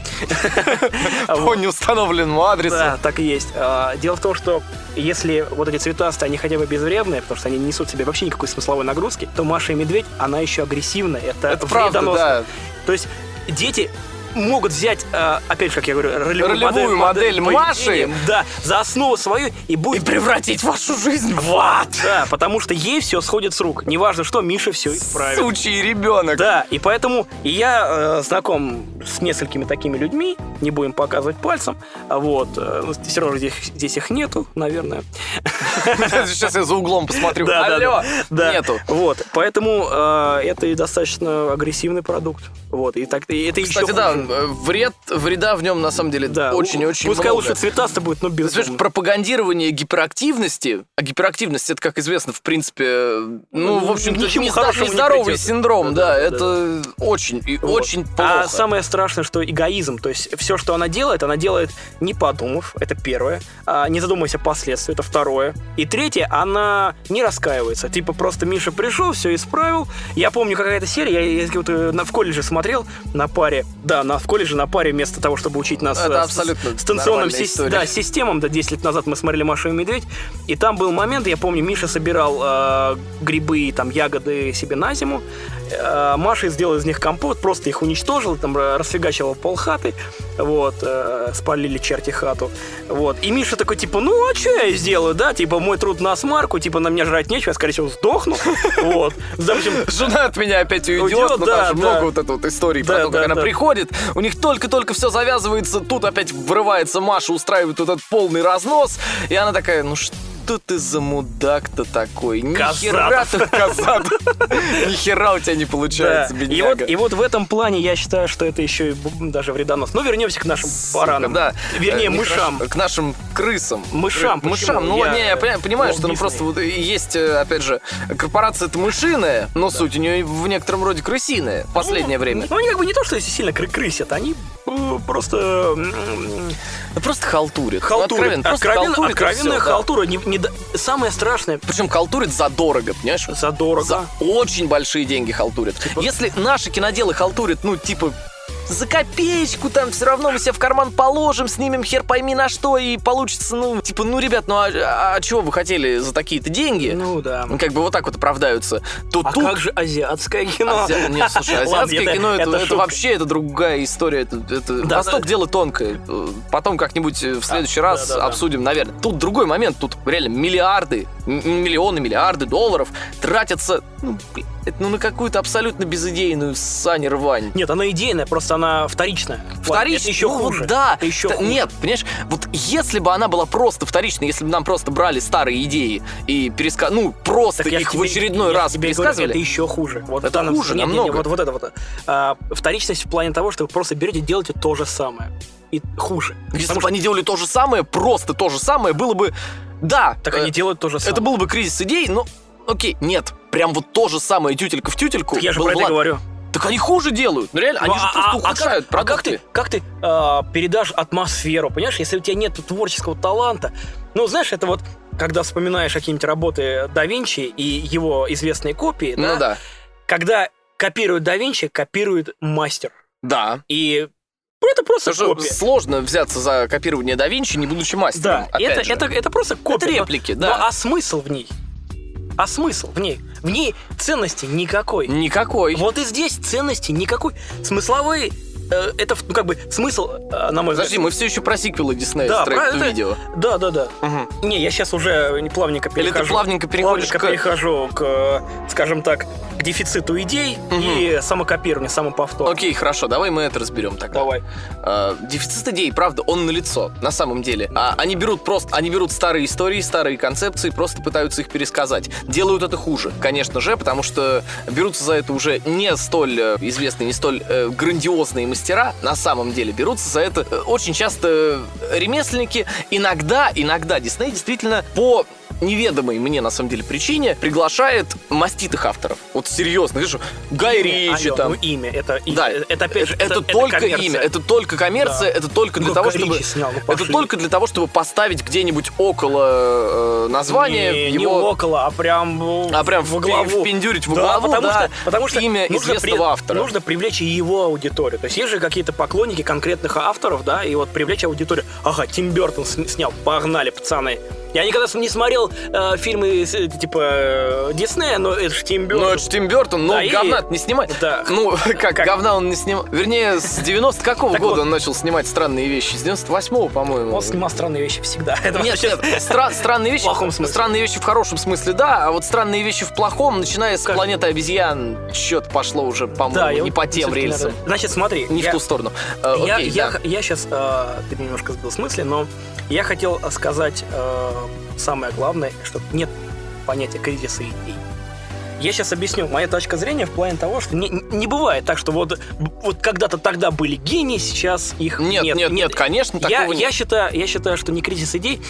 По неустановленному адресу. Да, так и есть. Дело в том, что если вот эти цветастые, они хотя бы безвредные, потому что они не несут в себе вообще никакой смысловой нагрузки, то Маша и Медведь, она еще агрессивная. Это правда, да. То есть дети могут взять, опять же, как я говорю, ролевую модель Маши, да, за основу свою и превратить вашу жизнь в ад. Да, потому что ей все сходит с рук. Неважно что, Миша все исправит. Сучий ребенок. Да, и поэтому я знаком с несколькими такими людьми, не будем показывать пальцем, вот, все равно здесь их нету, наверное. Сейчас я за углом посмотрю. Алло, нету. Вот, поэтому это и достаточно агрессивный продукт. Вот, и это еще... Кстати, да, вреда в нем на самом деле очень-очень много. Пускай лучше цветасто будет, но безусловно. Пропагандирование гиперактивности, а гиперактивность — это, как известно, в принципе, в общем-то, нездоровый синдром, да, это очень и очень плохо. А самое страшное, что эгоизм, то есть все, что она делает не подумав, это первое, не задумываясь о последствиях, это второе. второе. И третье, она не раскаивается. Типа просто Миша пришел, все исправил. Я помню, какая-то серия, я вот в колледже смотрел на паре. Да, в колледже на паре вместо того, чтобы учить нас станционным системам. 10 лет назад мы смотрели «Машу и медведь». И там был момент, я помню, Миша собирал грибы, там, ягоды себе на зиму. Маша сделала из них компот, просто их уничтожила, там расфигачила полхаты, вот, спалили черти хату, вот. И Миша такой, типа, ну, а что я сделаю, да, типа, мой труд на смарку, типа, на меня жрать нечего, я, скорее всего, сдохну, вот. Жена от меня опять уйдет, но там же много вот этой вот истории про то, как она приходит, у них только-только все завязывается, тут опять врывается Маша, устраивает вот этот полный разнос, и она такая, ну что ты за мудак-то такой? Нихера ты Казат. Нихера у тебя не получается, бедняга. И вот в этом плане я считаю, что это еще и даже вредонос. Но вернемся к нашим баранам. Да. Вернее, мышам. К нашим крысам. Мышам. Ну, я понимаю, что просто есть, опять же, корпорация это мышиная, но суть у нее в некотором роде крысиная в последнее время. Ну, они как бы не то, что сильно крысят, они просто... Просто халтурят. Откровенная халтура. Самое страшное. Причем халтурят задорого, понимаешь? Задорого. За очень большие деньги халтурят. Если наши киноделы халтурят, ну, типа... За копеечку там все равно мы себе в карман положим, снимем хер пойми на что, и получится, ну, типа, ну, ребят, ну, а чего вы хотели за такие-то деньги? Ну, да. Ну, как бы вот так вот оправдаются. Как же азиатское кино? Нет, слушай, азиатское кино, это вообще, это другая история. Восток дело тонкое. Потом как-нибудь в следующий раз обсудим, наверное. Тут другой момент, тут реально миллиарды долларов тратятся, на какую-то абсолютно безидейную сань-рвань. Нет, она идейная, просто она вторичная. Вторичная? Это еще хуже. Да. Это еще хуже. Нет, понимаешь, вот если бы она была просто вторичной, если бы нам просто брали старые идеи и просто так их в очередной раз пересказывали... Говорю, это еще хуже. Вот это хуже намного. Вот это вот. Вторичность в плане того, что вы просто берете и делаете то же самое. И хуже. Если бы они делали то же самое, просто то же самое, было бы... Да. Так они делают то же самое. Это был бы кризис идей, но... Окей, нет. Прям вот то же самое тютелька в тютельку. Так я же про это говорю. Так они хуже делают. Ну реально, они же просто ухудшают продукты. Как ты передашь атмосферу, понимаешь? Если у тебя нет творческого таланта. Ну, знаешь, это вот, когда вспоминаешь какие-нибудь работы Да Винчи и его известные копии, да? Когда копируют Да Винчи, копирует мастер. Да. И это просто копия. Сложно взяться за копирование Да Винчи, не будучи мастером. Да, это просто копия. Это реплики, да. Ну, а смысл в ней? А смысл в ней? В ней ценности никакой. Никакой. Вот и здесь ценности никакой. Смысловые... Это, как бы, смысл, на мой взгляд... Подожди, мы все еще про сиквелы Диснея с Straight to Video. Да. Угу. Не, я сейчас уже плавненько перехожу. Или ты плавненько перехожу к, скажем так, к дефициту идей и самокопированию, самоповтору. Окей, хорошо, давай мы это разберем тогда. Давай. Дефицит идей, правда, он налицо, на самом деле. Они берут старые истории, старые концепции, просто пытаются их пересказать. Делают это хуже, конечно же, потому что берутся за это уже не столь известные, не столь грандиозные мастера, на самом деле, берутся за это очень часто ремесленники. Иногда Дисней действительно по неведомой мне, на самом деле, причине приглашает маститых авторов. Вот серьезно, видишь, Гай Ричи там. Имя, это да, это опять же, это только коммерция. Имя, это только коммерция, это только для того, чтобы... Это только для того, чтобы поставить где-нибудь около названия не около, а прям в главу. Впендюрить в главу, потому что имя известного автора. Нужно привлечь и его аудиторию. То есть есть же какие-то поклонники конкретных авторов, да, и вот привлечь аудиторию. Ага, Тим Бёртон снял, погнали, пацаны. Я никогда не смотрел фильмы типа Диснея, но это же Тим Бёртон. Ну, это же Тим Бёртон, но говна не снимает. Да. Ну, как говна он не снимал. Вернее, с 90 какого года он начал снимать странные вещи? С 98-го, по-моему. Он снимал странные вещи всегда. Нет, странные вещи. В плохом смысле. Странные вещи в хорошем смысле, да, а вот странные вещи в плохом, начиная с «Планеты обезьян», что-то пошло уже, по-моему, не по тем рельсам. Значит, смотри. Не в ту сторону. Я сейчас, ты немножко сбил с мысли, но я хотел сказать самое главное, что нет понятия кризиса идей. Я сейчас объясню. Моя точка зрения в плане того, что не бывает так, что вот когда-то тогда были гении, сейчас их нет. Нет, конечно, такого нет. Я считаю, что не кризис идей,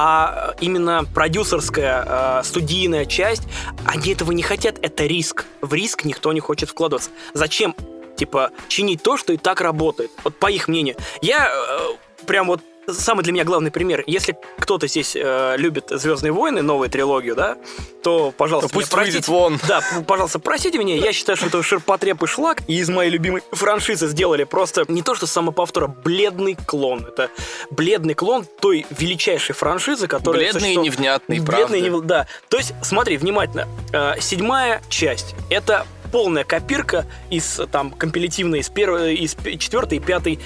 а именно продюсерская, студийная часть, они этого не хотят, это риск. В риск никто не хочет вкладываться. Зачем, чинить то, что и так работает? Вот по их мнению. Я прям вот самый для меня главный пример. Если кто-то здесь любит «Звездные войны», новую трилогию, да, то, пожалуйста, пусть выйдет вон. Да, пожалуйста, простите меня. Я считаю, что это ширпотреб и шлак. И из моей любимой франшизы сделали просто не то, что самоповтор, а бледный клон. Это бледный клон той величайшей франшизы, которая... Бледный и невнятный, правда. Бледный, да. То есть, смотри, внимательно. 7-я часть. Это полная копирка из там компилятивной из 4-й и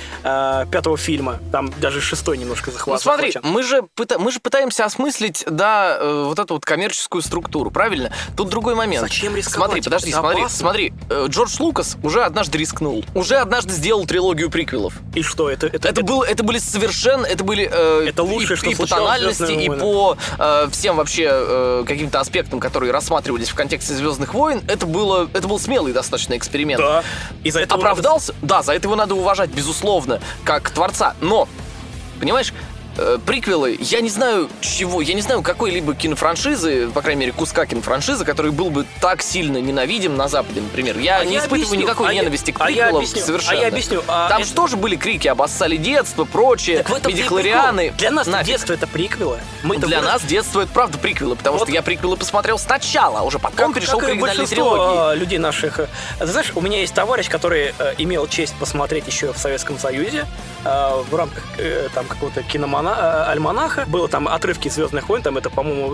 5-го фильма. Там даже 6-й немножко захватывает. Ну смотри, мы же пытаемся осмыслить, да, вот эту вот коммерческую структуру, правильно? Тут другой момент. Зачем рисковать? Смотри. Джордж Лукас уже однажды рискнул. Уже однажды сделал трилогию приквелов. И что? Это были совершенно... Это были это лучшее, что и по тональности, и по всем вообще каким-то аспектам, которые рассматривались в контексте «Звездных войн». Это был смелый достаточно эксперимент. Да. И за это оправдался? Да, за это его надо уважать, безусловно, как творца. Но, понимаешь, приквелы, я не знаю какой-либо кинофраншизы, по крайней мере, куска кинофраншизы, который был бы так сильно ненавидим на Западе, например. Я не испытываю никакой ненависти к приквелам совершенно. Я объясню. Там же тоже были крики, обоссали детство, прочее, мидихлорианы. Для нас детство это приквелы. Для нас детство это правда приквелы, потому что я приквелы посмотрел сначала, уже потом перешел к оригинальной трилогии. Людей наших... Знаешь, у меня есть товарищ, который имел честь посмотреть еще в Советском Союзе в рамках там какого-то альманаха. Было там отрывки из «Звездных войн», там это, по-моему,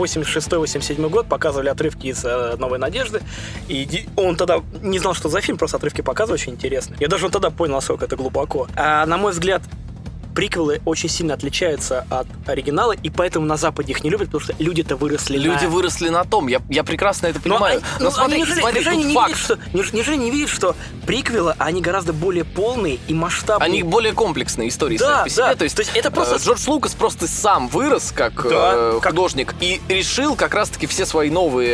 86-87 год, показывали отрывки из «Новой надежды». И он тогда не знал, что за фильм, просто отрывки показывали, очень интересно. Я даже тогда понял, насколько это глубоко. А на мой взгляд, приквелы очень сильно отличаются от оригинала, и поэтому на Западе их не любят, потому что люди-то выросли Люди выросли на том, я прекрасно это понимаю. Но смотри, тут факт. Неужели не видят, что приквелы, они гораздо более полные и масштабные? Они более комплексные истории сами по себе. То есть это просто... Джордж Лукас просто сам вырос как художник и решил как раз-таки все свои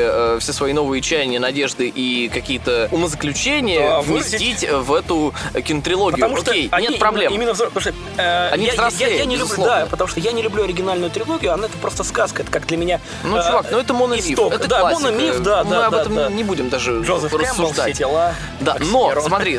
новые чаяния, надежды и какие-то умозаключения вместить в эту кинотрилогию. Окей, нет проблем. Именно потому что они взрослеют, я не люблю, да, потому что я не люблю оригинальную трилогию, она это просто сказка, это как для меня. Ну, чувак, это мономиф, это да, классика. Мономиф, да. Мы об этом не будем даже Джозеф рассуждать. Все дела. Да, но смотри.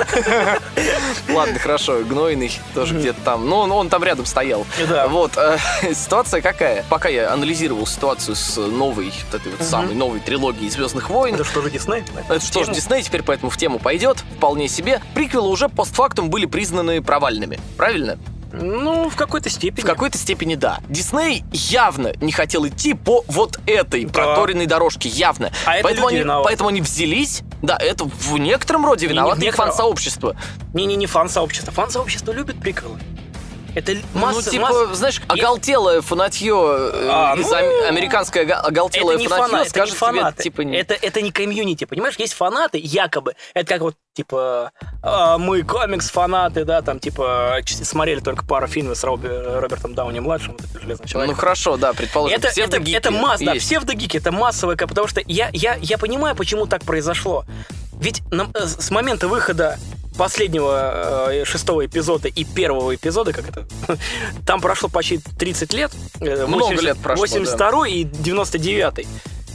Ладно, хорошо, гнойный тоже где-то там. Но он там рядом стоял. Вот, ситуация какая? Пока я анализировал ситуацию с новой, вот этой вот самой новой трилогией «Звездных войн». Это что же Дисней? Это что же Дисней, теперь поэтому в тему пойдет, вполне себе. Приквелы уже постфактум были признаны провальными, правильно? Ну, в какой-то степени. В какой-то степени, да. Дисней явно не хотел идти по вот этой проторенной дорожке, явно. Поэтому они взялись, да, это в некотором роде виноваты их фан-сообщество. Не фан-сообщество. Фан-сообщество любит приквелы. Это масса, знаешь, оголтелое фанатье, американское оголтелое фанатье скажет тебе, типа... Это не комьюнити, понимаешь? Есть фанаты, якобы. Это как вот, типа, мы комикс-фанаты, да, там, типа, смотрели только пару фильмов с Робертом Дауни-младшим, вот это «Железный человек». Ну, хорошо, да, предположим, псевдогики. Это псевдогики, это массовое, потому что я понимаю, почему так произошло. Ведь с момента выхода последнего 6-го эпизода и 1-го эпизода, как это, там прошло почти 30 лет. Много лет прошло, 82-й и 99-й.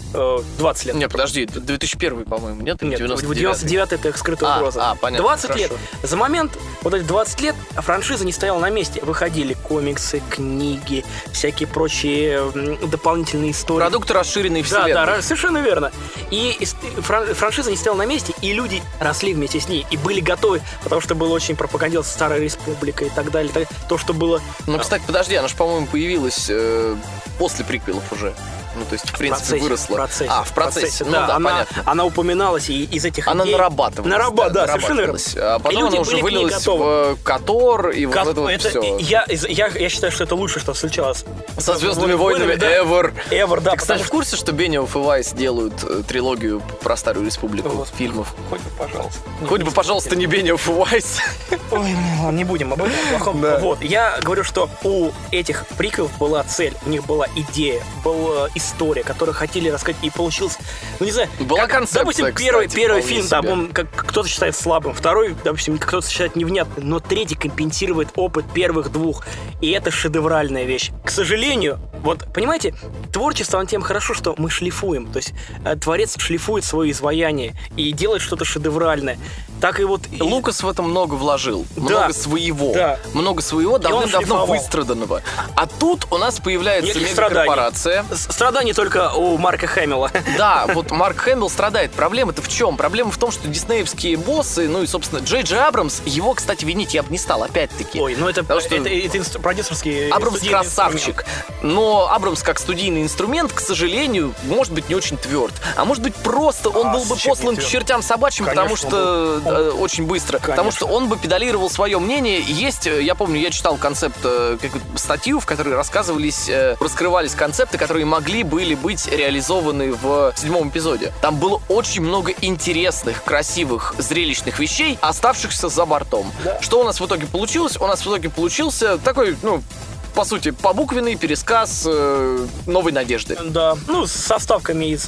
20 лет. Не, подожди, 2001, по-моему, нет? Нет, 99-й это «Скрытая угроза». Понятно. 20 хорошо. лет. За момент вот эти 20 лет франшиза не стояла на месте. Выходили комиксы, книги, всякие прочие дополнительные истории. Продукты расширенной вселенной. Да, совершенно верно. И франшиза не стояла на месте, и люди росли вместе с ней, и были готовы, потому что было очень пропагандировалась Старая Республика и так далее. То, что было... Ну, кстати, подожди, она же, по-моему, появилась после приквелов уже. Ну, то есть, в принципе, выросла. В процессе. Ну, да, понятно. Она упоминалась, и из этих она идей... нарабатывалась. Да, совершенно верно. А потом она уже вылилась в Котор, и вот это вот все. Я считаю, что это лучше, что случалось со «Звездными войнами» Ever, да. Кстати, в курсе, что Бениофф и Вайс делают трилогию про Старую Республику фильмов? Хоть бы, пожалуйста. Хоть бы, пожалуйста, не Бениофф и Вайс. Ой, не будем об этом плохом. Вот, я говорю, что у этих приквелов была цель, у них была идея, была история, которую хотели рассказать, и получилось, ну не знаю, была концепция, допустим, первый фильм, да, он кто-то считает слабым, второй, допустим, кто-то считает невнятным, но третий компенсирует опыт первых двух, и это шедевральная вещь. К сожалению, Вот, понимаете, творчество, оно тем хорошо, что мы шлифуем. То есть творец шлифует свое изваяние и делает что-то шедевральное. Так и вот... Лукас в этом много вложил. Много своего. Да. Много своего давным-давно выстраданного. А тут у нас появляется мегакорпорация. Страданий только у Марка Хэмилла. Да, вот Марк Хэмилл страдает. Проблема-то в чем? Проблема в том, что диснеевские боссы, ну и, собственно, Джей Джей Абрамс, его, кстати, винить я бы не стал, опять-таки. Ой, ну это продюсерский... Абрамс красавчик. Но Абрамс как студийный инструмент, к сожалению, может быть не очень тверд. А может быть просто он был бы послан к чертям собачьим, потому что... очень быстро. Конечно. Потому что он бы педалировал свое мнение. Есть, я помню, я читал статью, в которой раскрывались концепты, которые были быть реализованы в 7-м эпизоде. Там было очень много интересных, красивых, зрелищных вещей, оставшихся за бортом. Да. Что у нас в итоге получилось? У нас в итоге получился такой, по сути, побуквенный пересказ «Новой надежды». Да, со вставками из...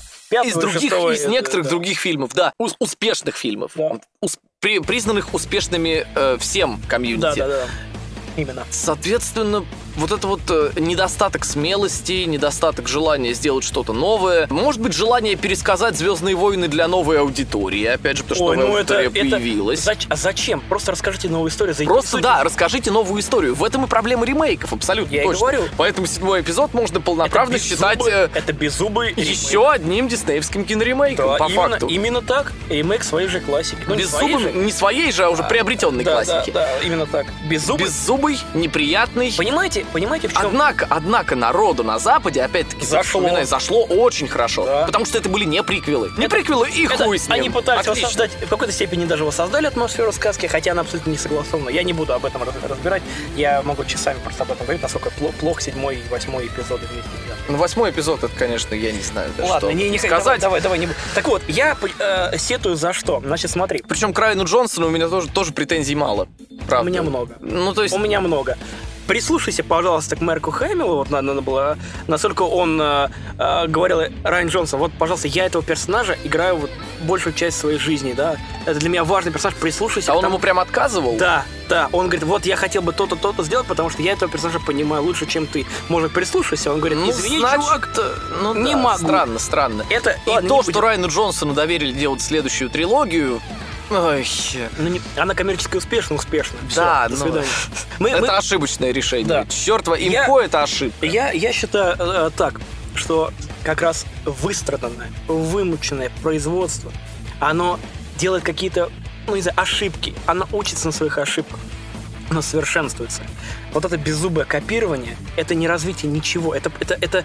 Из некоторых других фильмов, да. Успешных фильмов. Да. Признанных успешными всем комьюнити. Да. Именно. Соответственно, вот это вот недостаток смелости, недостаток желания сделать что-то новое. Может быть, желание пересказать «Звездные войны» для новой аудитории. Опять же, потому что новая аудитория появилась. А зачем? Просто расскажите новую историю. Просто, да, расскажите новую историю. В этом и проблема ремейков, абсолютно я точно. Говорю. Поэтому 7-й эпизод можно полноправно считать... Это беззубый еще одним диснеевским киноремейком, да, по факту. Именно так. Ремейк своей же классики. Не своей же, а уже приобретенной классики. Да, именно так. Беззубый, неприятный. Понимаете, в чем? Однако народу на Западе, опять-таки, зашло очень хорошо. Да. Потому что это были не приквелы. Не приквелы, и хуй с ним. Они пытались воссоздать, в какой-то степени даже воссоздали атмосферу сказки, хотя она абсолютно не согласована. Я не буду об этом разбирать. Я могу часами просто об этом говорить, насколько плох 7-й и 8-й эпизоды вместе. Ну, 8-й эпизод, это, конечно, я не знаю. Ладно, не сказать. Давай, не буду. Так вот, я сетую за что? Значит, смотри. Причем к Райану Джонсону у меня тоже претензий мало. Правда. У меня много. У меня много. Прислушайся, пожалуйста, к Марку Хэмиллу. Вот надо было, насколько он говорил Райан Джонсон. Вот, пожалуйста, я этого персонажа играю вот большую часть своей жизни, да. Это для меня важный персонаж. Прислушайся. А он ему прям отказывал? Да. Он говорит, вот я хотел бы то-то, то-то сделать, потому что я этого персонажа понимаю лучше, чем ты. Может, прислушайся. Он говорит, извини, чувак, не могу. Странно. Что Райану Джонсону доверили делать следующую трилогию. Ой. Она коммерчески успешна. Да, до свидания. Это ошибочное решение. Да. Черт возьми, имхо это ошибка. Я считаю так, что как раз выстраданное, вымученное производство, оно делает какие-то, ошибки. Оно учится на своих ошибках. Оно совершенствуется. Вот это беззубое копирование, это не развитие ничего. Это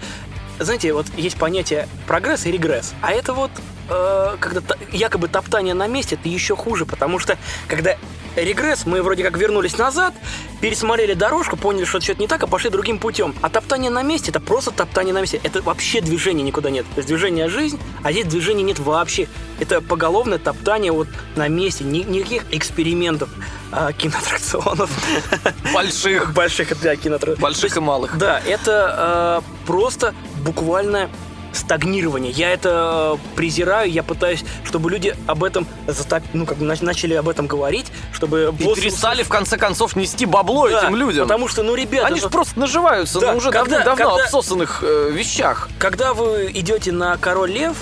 знаете, вот есть понятие прогресс и регресс. А это вот когда якобы топтание на месте, это еще хуже, потому что когда регресс, мы вроде как вернулись назад, пересмотрели дорожку, поняли, что что-то не так, а пошли другим путем. А топтание на месте, это просто топтание на месте. Это вообще движения никуда нет. То есть движение — жизнь, а здесь движения нет вообще. Это поголовное топтание вот на месте. Никаких экспериментов, киноаттракционов. Больших. Да, киноаттракционов. Больших и малых. Да, это просто буквально стагнирование. Я это презираю, я пытаюсь, чтобы люди об этом начали об этом говорить, чтобы... И перестали, в конце концов, нести бабло этим людям. Потому что, ребята... Они же просто наживаются на уже давно обсосанных вещах. Когда вы идете на «Король Лев»,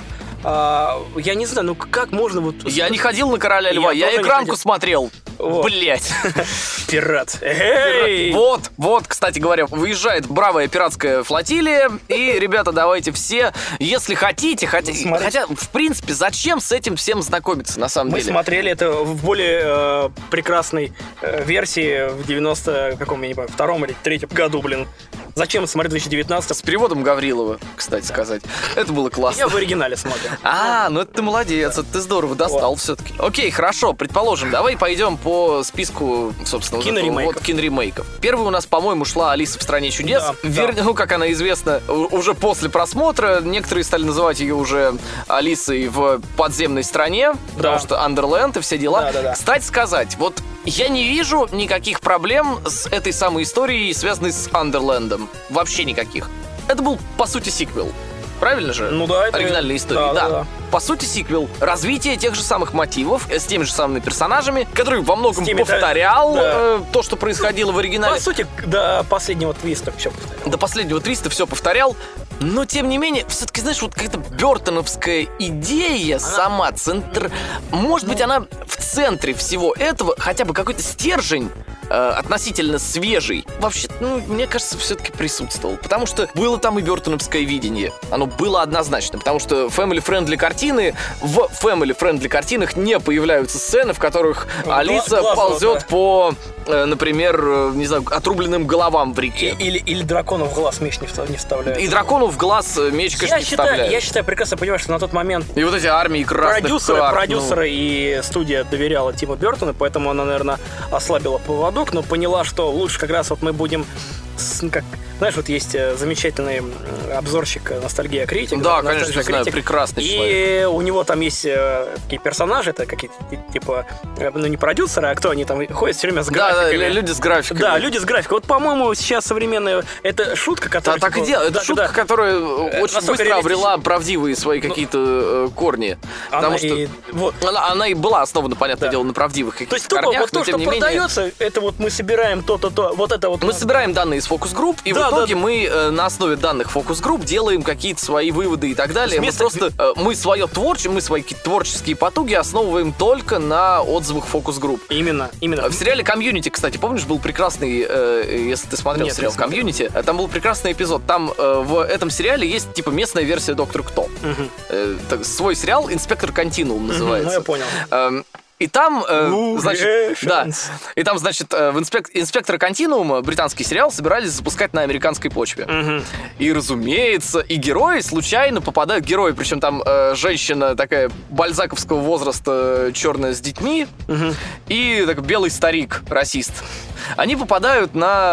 я не знаю, как можно вот... Я не ходил на «Короля Льва», я экранку смотрел. Вот. Блять. Пират. Эй! Вот, кстати говоря, выезжает бравая пиратская флотилия, и, ребята, давайте все, если хотите, хотя, в принципе, зачем с этим всем знакомиться, на самом деле? Мы смотрели это в более прекрасной версии в 92-м или 3-м году, Зачем смотреть в 2019-м? С переводом Гаврилова, кстати сказать. Это было классно. Я в оригинале смотрел. Ну это ты молодец, это ты здорово достал все-таки. Окей, хорошо, предположим, давай пойдем по списку, собственно, киноремейков. Первый у нас, по-моему, шла «Алиса в стране чудес». Как она известна, уже после просмотра, некоторые стали называть ее уже «Алисой в подземной стране», потому что Андерленд и все дела. Кстати сказать, вот я не вижу никаких проблем с этой самой историей, связанной с Андерлендом. Вообще никаких. Это был, по сути, сиквел. Правильно же? Ну да, это... Оригинальная история, да. По сути, сиквел. Развитие тех же самых мотивов, с теми же самыми персонажами, который во многом повторял то, что происходило в оригинале. По сути, до последнего твиста все повторял. До последнего твиста все повторял. Но, тем не менее, все-таки, знаешь, вот какая-то бёртоновская идея сама, центр... Может быть, она в центре всего этого, хотя бы какой-то стержень относительно свежий, вообще, мне кажется, все-таки присутствовал. Потому что было там и бёртоновское видение. Оно было однозначно. Потому что family-friendly картины, в family-friendly картинах не появляются сцены, в которых Алиса ползет по, например, не знаю, отрубленным головам в реке. Или дракону в глаз меч не вставляют. И дракону в глаз меч, конечно, не вставляют. Я считаю, прекрасно понимаю, что на тот момент... И вот эти армии красных продюсеры и студия доверяла Тиму Бёртону, поэтому она, наверное, ослабила поводок, но поняла, что лучше как раз вот мы будем... Как, знаешь, вот есть замечательный обзорщик «Ностальгия Критик». Да, конечно, знаю, прекрасный человек. И у него там есть такие персонажи, это какие-то, типа, не продюсеры, а кто они там ходят все время с графиками. Да, люди с графиками. Да, люди с графикой. Вот, по-моему, сейчас современная... Это шутка, которая... Да, так и делает. Это шутка, которая очень быстро обрела правдивые свои какие-то корни. Потому что она и была основана, понятное дело, на правдивых каких-то корнях. То, что продается, это вот мы собираем то-то, вот это вот... Мы собираем данные из фокус-групп, и в итоге мы на основе данных фокус-групп делаем какие-то свои выводы и так далее. Мы свои творческие потуги основываем только на отзывах фокус-групп. Именно. В сериале «Комьюнити», кстати, помнишь, был прекрасный, если ты смотрел сериал «Комьюнити», там был прекрасный эпизод. Там в этом сериале есть типа местная версия «Доктор Кто». Свой сериал «Инспектор Континуум» называется. Я понял. И там, значит, в «Инспектора Континуума» британский сериал собирались запускать на американской почве. И, разумеется, и герои случайно попадают... Герои, причем там женщина такая бальзаковского возраста, черная с детьми, и так, белый старик, расист. Они попадают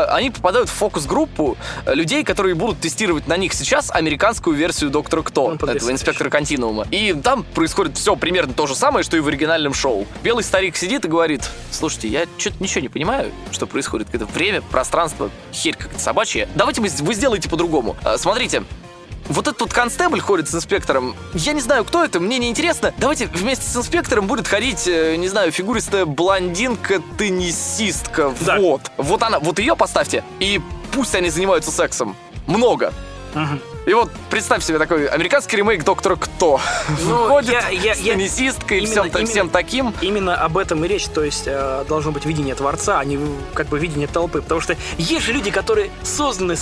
в фокус-группу людей, которые будут тестировать на них сейчас американскую версию «Доктора Кто», этого «Инспектора Континуума». И там происходит все примерно то же самое, что и в оригинальном шоу. Белый старик сидит и говорит: слушайте, я что-то ничего не понимаю, что происходит. Какое-то время, пространство, херь какая-то собачья. Давайте вы сделаете по-другому. Смотрите, вот этот вот констебль ходит с инспектором. Я не знаю, кто это, мне не интересно. Давайте вместе с инспектором будет ходить, не знаю, фигуристая блондинка-теннисистка. Да. Вот она, вот ее поставьте, и пусть они занимаются сексом. Много. И вот представь себе такой американский ремейк «Доктора Кто». Ходит с теннисисткой и всем таким. Именно об этом и речь. То есть должно быть видение Творца, а не как бы видение толпы. Потому что есть же люди, которые созданы,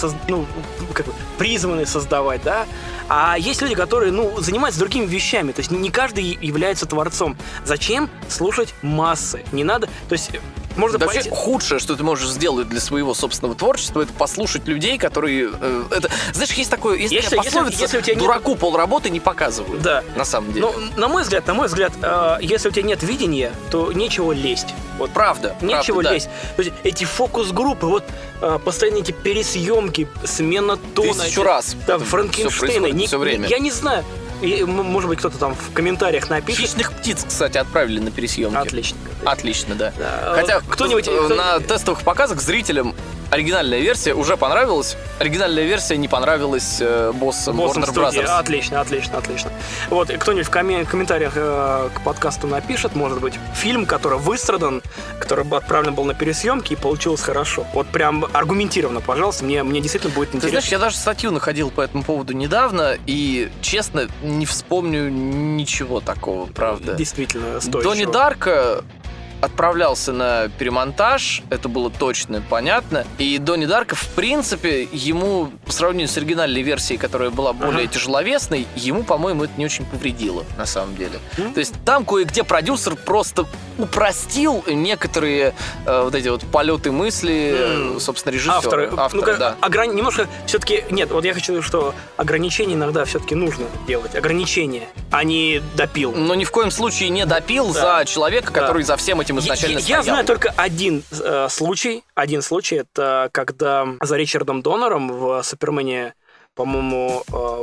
призваны создавать, да? А есть люди, которые, занимаются другими вещами. То есть не каждый является творцом. Зачем слушать массы? Не надо... То есть... Можно вообще худшее, что ты можешь сделать для своего собственного творчества, это послушать людей, которые... знаешь, есть такая пословица: дураку полработы не показывают. Да. На самом деле. На мой взгляд, если у тебя нет видения, то нечего лезть. Вот. Правда. Нечего лезть. То есть эти фокус-группы, постоянно эти пересъемки, смена тона. 1000 раз. Там Франкенштейна. Все время. Я не знаю. И, может быть, кто-то там в комментариях напишет. «Хищных птиц», кстати, отправили на пересъемки. Отлично, да. Хотя кто-нибудь на тестовых показах зрителям оригинальная версия уже понравилась. Оригинальная версия не понравилась боссам Warner Brothers. Отлично. Вот, кто-нибудь в комментариях к подкасту напишет, может быть, фильм, который выстрадан, который бы отправлен был на пересъемки и получилось хорошо. Вот прям аргументированно, пожалуйста, мне действительно будет интересно. Ты знаешь, я даже статью находил по этому поводу недавно, и, честно, не вспомню ничего такого, правда. Действительно, стоит. Донни Дарко отправлялся на перемонтаж, это было точно понятно. И Донни Дарко, в принципе, ему, по сравнению с оригинальной версией, которая была более тяжеловесной, ему, по-моему, это не очень повредило, на самом деле. То есть там кое-где продюсер просто упростил некоторые вот эти вот полеты мысли, собственно, режиссера. Автора, да. Немножко все-таки... Нет, вот я хочу, что ограничения иногда все-таки нужно делать. Ограничения, а не допил. Но ни в коем случае не допил за человека, который за всем этим изначально стоял. Я знаю только один случай, это когда за Ричардом Доннером в «Супермене по-моему,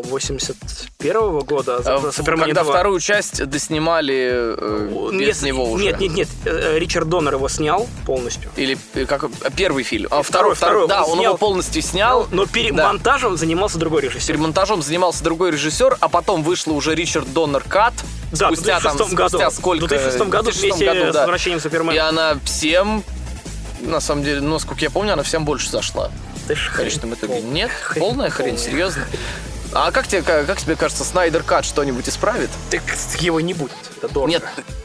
81-го года. Когда вторую часть доснимали без него уже. Нет. Ричард Доннер его снял полностью. Или как первый фильм. Второй. Да, он его полностью снял. Но монтажем занимался другой режиссер. Перед монтажом занимался другой режиссер, а потом вышло уже Ричард Доннер Кат. Да, в 2006 году вместе с «Возвращением Супермена». И она всем, на самом деле, насколько я помню, она всем больше зашла. В конечном итоге. Нет? Полная хрень, серьезно? А как тебе кажется, Снайдер Кат что-нибудь исправит? Так его не будет, это дорого. Нет,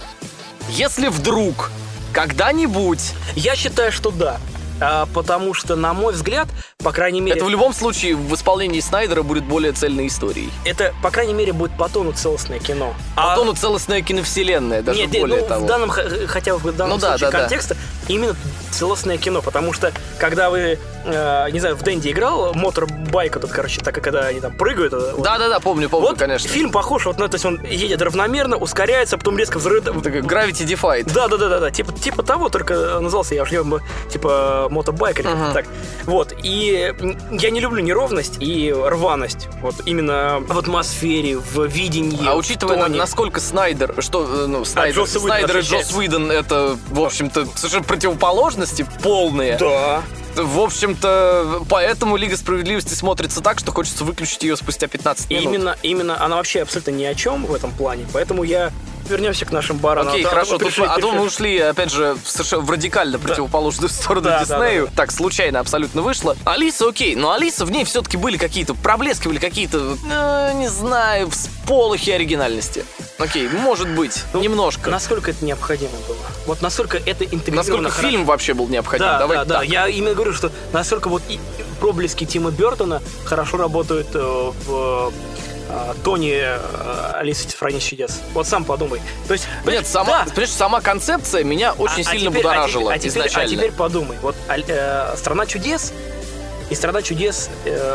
если вдруг, когда-нибудь... Я считаю, что да. Потому что, на мой взгляд, по крайней мере... Это в любом случае в исполнении Снайдера будет более цельной историей. Это, по крайней мере, будет по тону целостное кино. По тону целостная киновселенная, даже более того. Хотя бы в данном случае контекста именно целостное кино, потому что, когда вы, не знаю, в Дэнди играл, моторбайк этот, короче, так, когда они там прыгают... Да, помню, вот конечно. Фильм похож, вот, то есть он едет равномерно, ускоряется, потом резко взрывает... Gravity Defied. Да, типа того, только назывался я уже, типа, мотобайк или как-то так. Вот, и я не люблю неровность и рваность, вот, именно в атмосфере, в видении, а учитывая, насколько Снайдер и Джосс Уидон, это, в общем-то, совершенно противоположности полные. Да. В общем-то, поэтому «Лига справедливости» смотрится так, что хочется выключить ее спустя 15 минут. Именно, она вообще абсолютно ни о чем в этом плане, поэтому вернемся к нашим баранам. Окей, хорошо, а то мы ушли, опять же, в радикально противоположную сторону Диснею. Так, случайно абсолютно вышло. Алиса, окей, но Алиса, в ней все-таки были какие-то проблески, были какие-то, не знаю, всполохи оригинальности. Окей, может быть, немножко. Насколько это необходимо было? Вот насколько это интегрировано. Насколько фильм вообще был необходим? Да, я именно говорю, что насколько вот проблески Тима Бёртона хорошо работают в Тони Алиса в «Стране чудес». Вот сам подумай. То есть, нет, сама концепция меня очень сильно будоражила изначально. А теперь подумай. Вот «Страна чудес» и «Страна чудес»,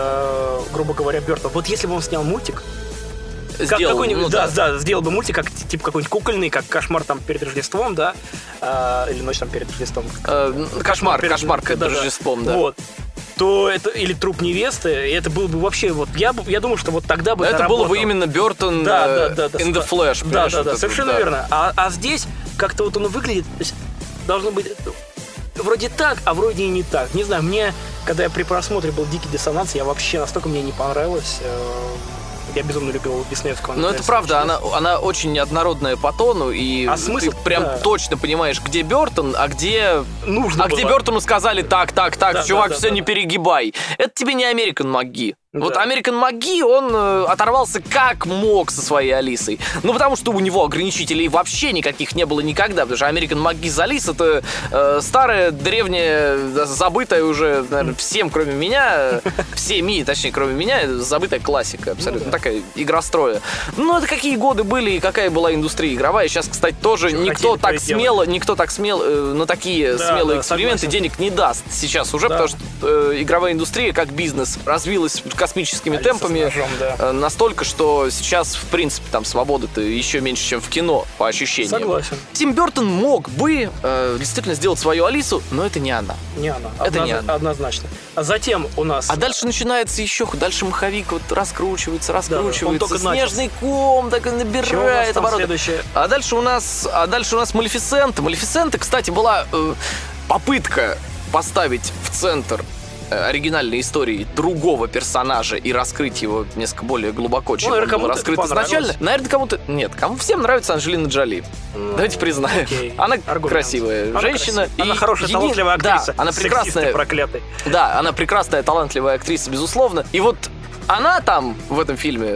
грубо говоря, Бёртон. Вот если бы он снял мультик, сделал бы мультик, как типа какой-нибудь кукольный, как «Кошмар там перед Рождеством», да, или «Ночь там перед Рождеством». Кошмар перед Рождеством, да. Вот. То это или «Труп невесты», это было бы вообще вот я думаю, что вот тогда бы это было бы именно Бёртон in the Flash. Да, совершенно верно. А здесь как-то вот оно выглядит, то есть должно быть вроде так, а вроде и не так. Не знаю, мне, когда я при просмотре был дикий диссонанс, я вообще настолько мне не понравилось. Я безумно любил диснеевского. Но это правда, она очень неоднородная по тону, и ты прям точно понимаешь, где Бёртон, а где Бёртону сказали так, чувак, все не перегибай. Это тебе не American McGee. Вот American McGee, он оторвался как мог со своей Алисой. Ну, потому что у него ограничителей вообще никаких не было никогда. Потому что American McGee за Алис — это старая, древняя, забытая уже, наверное, всем, кроме меня, всеми, точнее, кроме меня, забытая классика. Абсолютно такая игра строя. Ну, это какие годы были и какая была индустрия игровая. Сейчас, кстати, тоже никто так смело на такие смелые эксперименты денег не даст сейчас уже, потому что игровая индустрия как бизнес развилась космическими темпами настолько, что сейчас, в принципе, там свободы-то еще меньше, чем в кино, по ощущениям. Согласен. Тим Бёртон мог бы действительно сделать свою Алису, но это не она. Не она. Это не она. Однозначно. А затем у нас... А дальше начинается еще, дальше маховик вот раскручивается, снежный начал. Ком так и набирает обороты. А дальше у нас Малефисента. Малефисента, кстати, была попытка поставить в центр оригинальной истории другого персонажа и раскрыть его несколько более глубоко, чем он был раскрыт изначально. Наверное, кому-то... Нет, всем нравится Анджелина Джоли. Давайте признаем. Она красивая женщина. Она хорошая, талантливая актриса. Да, она прекрасная. Проклятый. Да, она прекрасная, талантливая актриса, безусловно. И вот она там, в этом фильме,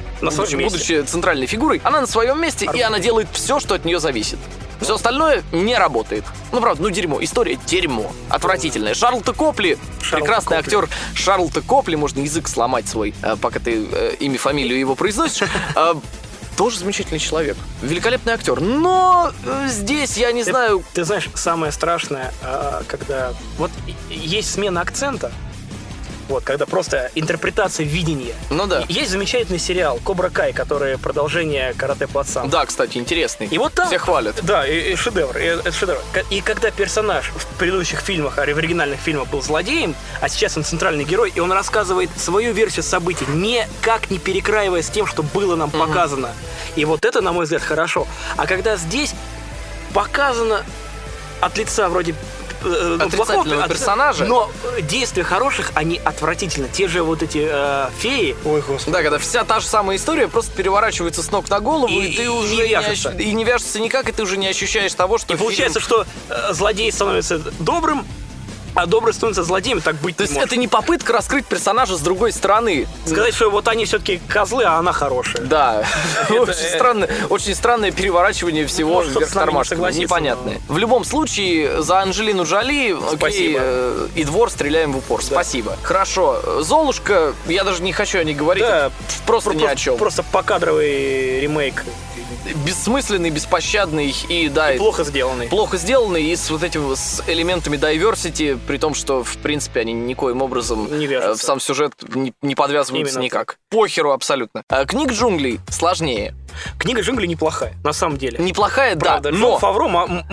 будучи центральной фигурой, она на своем месте, и она делает все, что от нее зависит. Все остальное не работает. Ну, правда, дерьмо. История дерьмо. Отвратительная. Шарлотта Копли, прекрасный актер Шарлотта Копли, можно язык сломать свой, пока ты имя, фамилию его произносишь. Тоже замечательный человек. Великолепный актер. Но здесь, я не знаю... Ты знаешь, самое страшное, когда... Вот есть смена акцента, Вот, когда просто интерпретация видения. Ну да. Есть замечательный сериал «Кобра Кай», который продолжение «Карате Пацан». Да, кстати, интересный. И вот там... Все хвалят. Да, и шедевр. Это шедевр. И когда персонаж в предыдущих фильмах, в оригинальных фильмах был злодеем, а сейчас он центральный герой, и он рассказывает свою версию событий, никак не перекраивая с тем, что было нам показано. И вот это, на мой взгляд, хорошо. А когда здесь показано от лица вроде отрицательного персонажа, но действия хороших, они отвратительны. Те же вот эти феи. Ой, господи. Да, когда вся та же самая история просто переворачивается с ног на голову, и ты уже не вяжется никак, и ты уже не ощущаешь того, что... И получается, что злодей становится добрым, а добрый становится злодеем, так быть не может. То есть это не попытка раскрыть персонажа с другой стороны. Сказать, что вот они все-таки козлы, а она хорошая. Да. Очень странное переворачивание всего вверх тормашками. Непонятное. В любом случае, за Анджелину Джоли и двор стреляем в упор. Спасибо. Хорошо. Золушка, я даже не хочу о ней говорить. Просто ни о чем. Просто покадровый ремейк. Бессмысленный, беспощадный и, да, плохо сделанный. Плохо сделанный и с вот этими с элементами diversity, при том, что, в принципе, они никоим образом в сам сюжет не подвязываются именно никак. Так. Похеру абсолютно. Книга джунглей сложнее. Книга джунглей неплохая, на самом деле. Неплохая, правда, да, но Фавро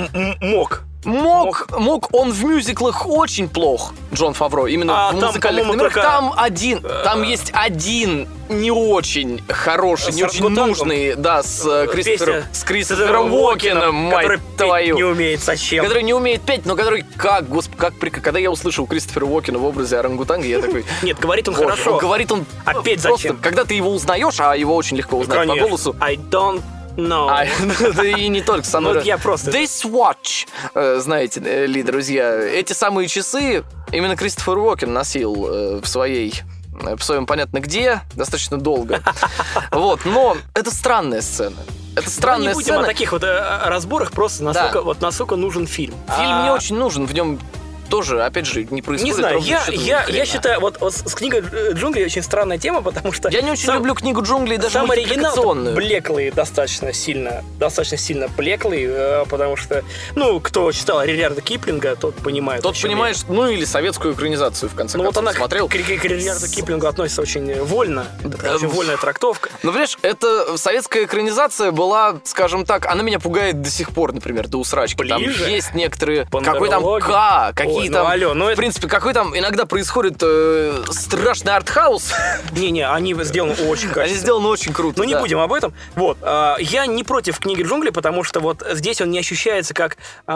мог, он в мюзиклах очень плох, Джон Фавро, именно в музыкальных номерах. Там есть один не очень хороший, не очень нужный, да, с Кристофером Уокеном, мать твою. Не умеет зачем. Который не умеет петь, но который, когда я услышал Кристофера Уокена в образе орангутанга, я такой... Нет, говорит он хорошо. Говорит он а петь зачем? Когда ты его узнаешь, а его очень легко узнать по голосу. I don't know. И не только со мной. Я просто... This watch, знаете ли, друзья, эти самые часы именно Кристофер Уокен носил в своем понятно где, достаточно долго. Вот, но это странная сцена. Это странная сцена. Не будем о таких вот разборах, просто насколько нужен фильм. Фильм не очень нужен, в нем тоже, опять же, не происходит. Не знаю, я считаю, вот с книгой джунглей очень странная тема, потому что... Я не очень люблю книгу джунглей, даже мультипликационную. Блеклый, достаточно сильно блеклый, потому что, кто читал Рильярда Киплинга, тот понимает. Тот понимает, или советскую экранизацию, в конце концов, смотрел. К Рильярду Киплингу относится очень вольно, очень вольная трактовка. Ну, понимаешь, эта советская экранизация была, скажем так, она меня пугает до сих пор, например, до усрачки. Там есть некоторые... Какой там в принципе, какой там иногда происходит страшный артхаус. Не-не, они сделаны очень качественно. Они сделаны очень круто. Но не будем об этом. Вот. Я не против книги джунглей, потому что вот здесь он не ощущается как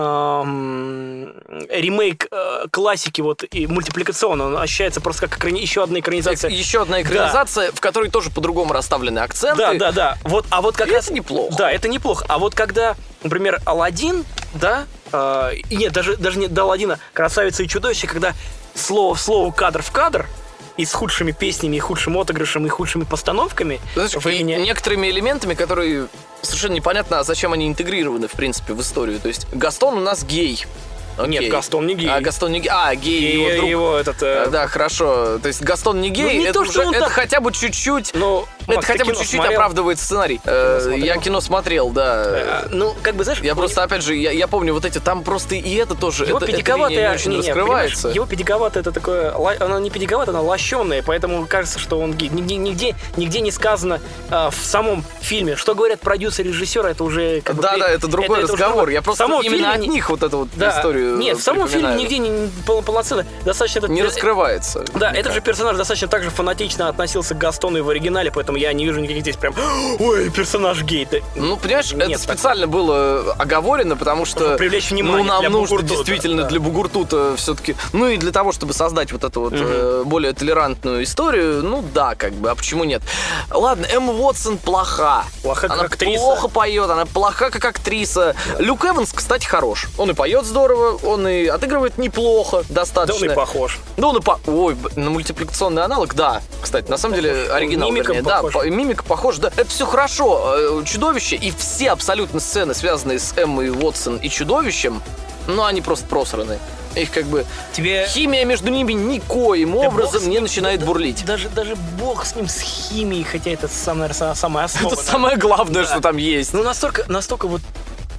ремейк классики вот и мультипликационно. Он ощущается просто как еще одна экранизация. Еще одна экранизация, в которой тоже по-другому расставлены акценты. Да. Вот, а вот как раз... Это неплохо. Да, это неплохо. А вот когда, например, Аладдин, да, нет, даже не до Аладдина, «Красавица и чудовище», когда слово в слово, кадр в кадр, и с худшими песнями, и худшим отыгрышем, и худшими постановками. Знаешь, некоторыми элементами, которые совершенно непонятно, зачем они интегрированы, в принципе, в историю. То есть Гастон у нас гей. Окей. Нет, Гастон не гей. Гастон не гей. Гей, его друг. Его этот... Да, хорошо. То есть Гастон не гей, это хотя бы чуть-чуть... Это хотя бы чуть-чуть оправдывает сценарий. Я кино смотрел, да. Знаешь... Я просто, опять же, я помню вот эти, там просто и это тоже... Его педиговатое... не очень раскрывается. Его педиговатое, это такое... Оно не педиговатое, оно лощеное, поэтому кажется, что он гей. Нигде не сказано в самом фильме. Что говорят продюсеры, режиссеры, это уже... Да, это другой разговор. Я просто именно от них вот эту вот историю... Нет, в самом фильме нигде не полноценно достаточно... Не раскрывается. Да, этот же персонаж достаточно так же фанатично относился к Гастону и в оригинале, поэтому я не вижу никаких здесь прям ой, персонаж гей. Понимаешь, это специально было оговорено, потому что привлечь внимание нам нужно действительно для Бугуртута все-таки, и для того, чтобы создать вот эту вот более толерантную историю, а почему нет? Ладно, Эмма Уотсон плоха. Плоха как актриса. Плохо поет, она плоха как актриса. Люк Эванс, кстати, хорош. Он и поет здорово, он и отыгрывает неплохо, достаточно. Да он и похож. Ой, на мультипликационный аналог, да. Кстати, на самом деле, оригинал, мимика похожа, да. Это все хорошо. Чудовище и все абсолютно сцены, связанные с Эммой Уотсон и чудовищем, они просто просраны. Их химия между ними никоим образом не начинает бурлить. Даже бог с ним, с химией, хотя это самая основа. Это самое главное, что там есть. Настолько вот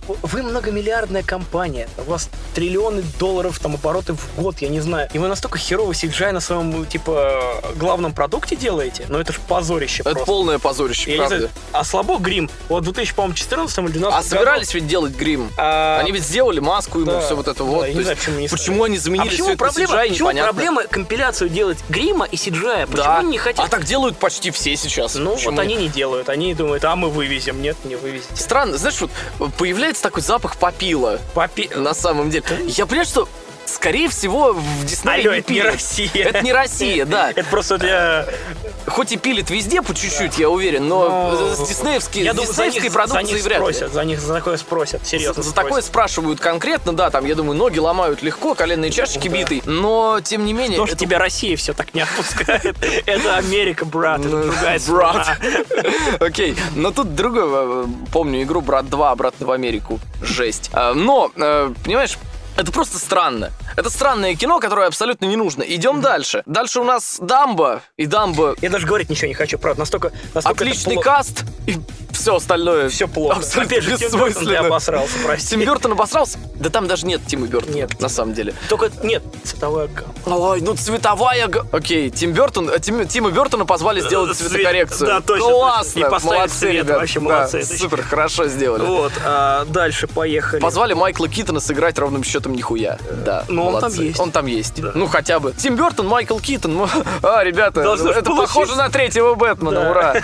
вы многомиллиардная компания, у вас триллионы долларов там обороты в год, я не знаю, и вы настолько херовый CGI на своем, типа, главном продукте делаете, но это ж позорище просто. Это полное позорище, правда. А слабо грим, вот в 2014 или 2012 А собирались ведь делать грим? Они ведь сделали маску ему, все вот это вот. Я не знаю, почему не почему они заменили все это CGI, почему непонятно. проблема компиляцию делать грима и CGI? Почему они не хотят? А так делают почти все сейчас. Ну, вот они не делают. Они думают, мы вывезем. Нет, не вывезете. Странно, знаешь, вот появляется такой запах попила. На самом деле. Я понимаю, что скорее всего, в Диснее это не Россия. Это не Россия, да. Это просто для... Хоть и пилит везде по чуть-чуть, я уверен, но с диснеевской продукцией вряд ли. За них за такое спросят, серьезно. За такое спрашивают конкретно, да, там, я думаю, ноги ломают легко, коленные чашечки битые, но, тем не менее... Потому что тебя Россия все так не отпускает. Это Америка, брат, это другая страна. Окей, но тут другое, помню игру «Брат 2. Обратно в Америку». Жесть. Но, понимаешь... Это просто странно. Это странное кино, которое абсолютно не нужно. Идем дальше. Дальше у нас Дамбо. И Дамбо... Я даже говорить ничего не хочу, правда. Настолько отличный каст. И все остальное. Все плохо. Опять же, Тим Бёртон обосрался, прости. Тим Бёртон обосрался? Да там даже нет Тима Бёртона. Нет. На самом деле. Только нет, цветовая гамма. Ой, ну цветовая гамма. Окей, Тима Бёртона позвали сделать цветокоррекцию. Да, точно. Классно. И поставить цвет. Вообще молодцы. Супер, хорошо сделали. Вот, дальше поехали. Позвали Майкла Китона сыграть ровным счетом нихуя. Да, но он там есть. Он там есть. Да. Ну, хотя бы. Тим Бёртон, Майкл Китон. Ребята, это похоже на третьего Бэтмена, ура.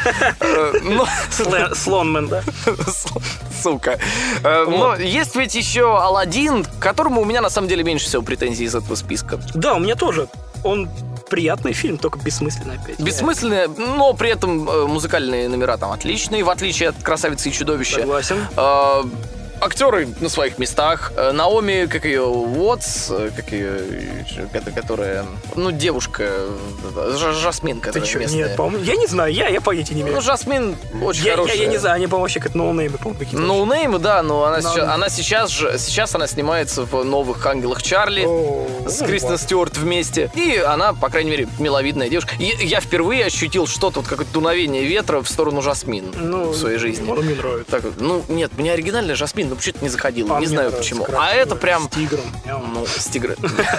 Слонмен, да? Сука. Но есть ведь еще Аладдин, к которому у меня на самом деле меньше всего претензий из этого списка. Да, у меня тоже. Он приятный фильм, только бессмысленный опять. Бессмысленный, но при этом музыкальные номера там отличные, в отличие от «Красавицы и чудовища». Согласен. Актеры на своих местах. Наоми, как ее, Уотс, как ее, которая, ну, девушка, Жасмин, которая местная. Нет, по-моему, я не знаю, я понятия не имею. Ну, Жасмин очень хорошая. Я не знаю, они, по-моему, вообще как ноунеймы, по-моему, какие-то. Ноунеймы, да, но она сейчас она снимается в «Новых ангелах Чарли» с Кристен Стюарт вместе. И она, по крайней мере, миловидная девушка. И я впервые ощутил что-то, вот какое-то дуновение ветра в сторону Жасмин в своей жизни. Мне нравится. Так, ну, нет, мне оригинальная Жасмин, но почему-то не заходила, не знаю почему. А это прям... С тигром. Ну, с тигром.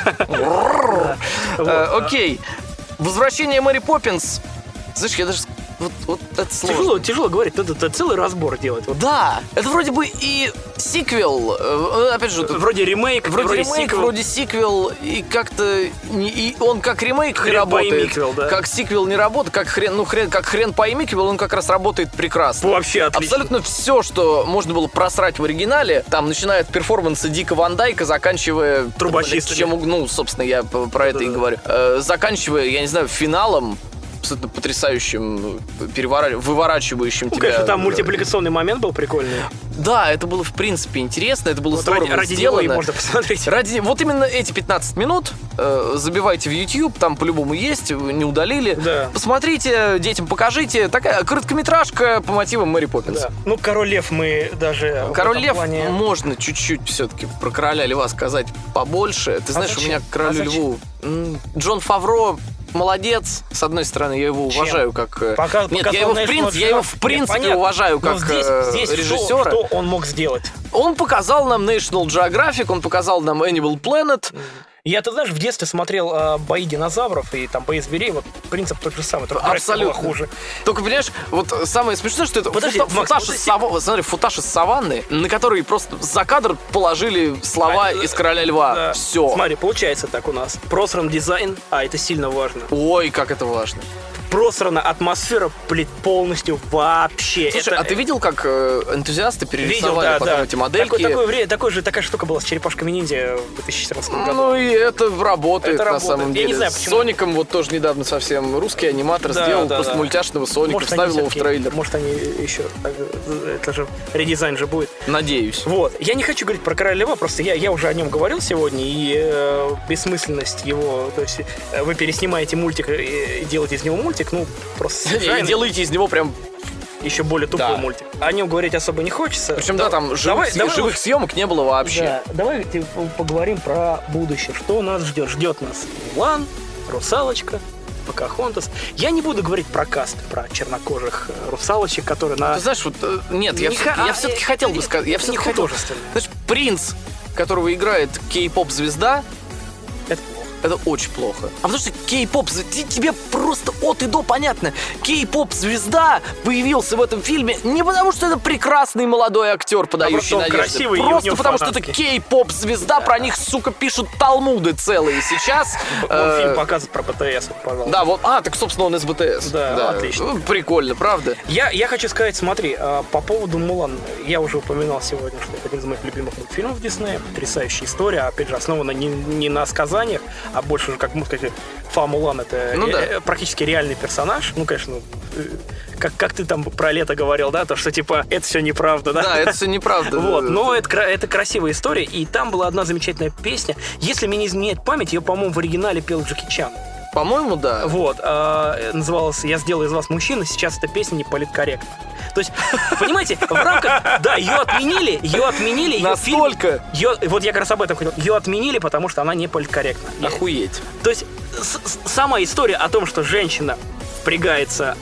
Окей. «Возвращение Мэри Поппинс». Знаешь, я даже... Вот это сложно. Тяжело говорить, это целый разбор делать. Вот. Да, это вроде бы и сиквел, опять же... Вроде ремейк, вроде сиквел, и как-то... И он как ремейк не работает. Да. Как сиквел не работает, как хрен поймиквел, он как раз работает прекрасно. Вообще отлично. Абсолютно все, что можно было просрать в оригинале, там, начиная от перформанса Дика Ван Дайка, заканчивая... Трубочистами. Ну, собственно, я про это и говорю. Заканчивая, я не знаю, финалом, абсолютно потрясающим, выворачивающим тебя. Конечно, там мультипликационный момент был прикольный. Да, это было в принципе интересно, это было здорово ради сделано. Него и можно посмотреть. Вот именно эти 15 минут забивайте в YouTube, там по-любому есть, не удалили. Да. Посмотрите, детям покажите. Такая короткометражка по мотивам Мэри Поппинс. Да. Ну, «Король лев» мы даже... «Король лев» можно чуть-чуть все-таки про «Короля льва» сказать побольше. Ты знаешь, у меня к «Королю льву» Джон Фавро молодец. С одной стороны, я его уважаю как... Нет, я его в принципе уважаю как режиссера. Что он мог сделать? Он показал нам National Geographic, он показал нам Animal Planet. Я, ты знаешь, в детстве смотрел бои динозавров и там бои зверей, вот принцип тот же самый, только абсолютно хуже. Только, понимаешь, вот самое смешное, что это футаж из саванны, на который просто за кадр положили слова из «Короля льва». Да. Все. Смотри, получается так у нас. Просран дизайн, это сильно важно. Ой, как это важно. Просрана атмосфера полностью вообще. Слушай, а ты видел, как энтузиасты перерисовали потом эти модельки? Такая штука была с черепашками-ниндзя в 2014 году. Ну и это работает на самом деле. Я не знаю, почему. С Соником вот тоже недавно совсем русский аниматор сделал просто мультяшного Соника, вставил его в трейлер. Может, они еще... Это же редизайн же будет. Надеюсь. Вот. Я не хочу говорить про «Короля льва», просто я уже о нем говорил сегодня, и бессмысленность его... То есть вы переснимаете мультик и делаете из него мультик, ну, просто... И делаете из него прям... еще более тупой мультик. О нем говорить особо не хочется. Причем, там живых съемок не было вообще. Да, давай поговорим про будущее. Что нас ждет? Ждет нас «Мулан», «Русалочка», Покахонтас. Я не буду говорить про каст, про чернокожих русалочек, которые на... Ты знаешь, вот, нет, я все-таки хотел бы сказать... Я все-таки хотел... Знаешь, принц, которого играет кей-поп-звезда, это плохо. Это очень плохо. А потому что кей-поп, тебе просто от и до понятно. Кей-поп-звезда появился в этом фильме не потому, что это прекрасный молодой актер, подающий надежды. Красивый, просто потому, что это кей-поп-звезда, про них, сука, пишут талмуды целые сейчас. Он фильм показывает про БТС, пожалуйста. Да, вот, так, собственно, он из БТС. Да, отлично. Прикольно, правда? Я хочу сказать, смотри, по поводу Мулан, я уже упоминал сегодня, что это один из моих любимых мультфильмов Диснея, потрясающая история, опять же, основана не на сказаниях, а больше уже, как можно сказать, Фа Мулан — это практически реальный персонаж. Ну, конечно, как ты там про лето говорил, да, то, что, типа, это все неправда, да? Да, это все неправда. Вот, но это красивая история, и там была одна замечательная песня. Если мне не изменяет память, ее, по-моему, в оригинале пел Джеки Чан. По-моему, да. Вот, называлась «Я сделаю из вас мужчину», сейчас эта песня не политкорректна. То есть, понимаете, в рамках... Да, ее отменили. Настолько? Вот я как раз об этом хотел. Ее отменили, потому что она не политкорректна. Охуеть. То есть, сама история о том, что женщина впрягается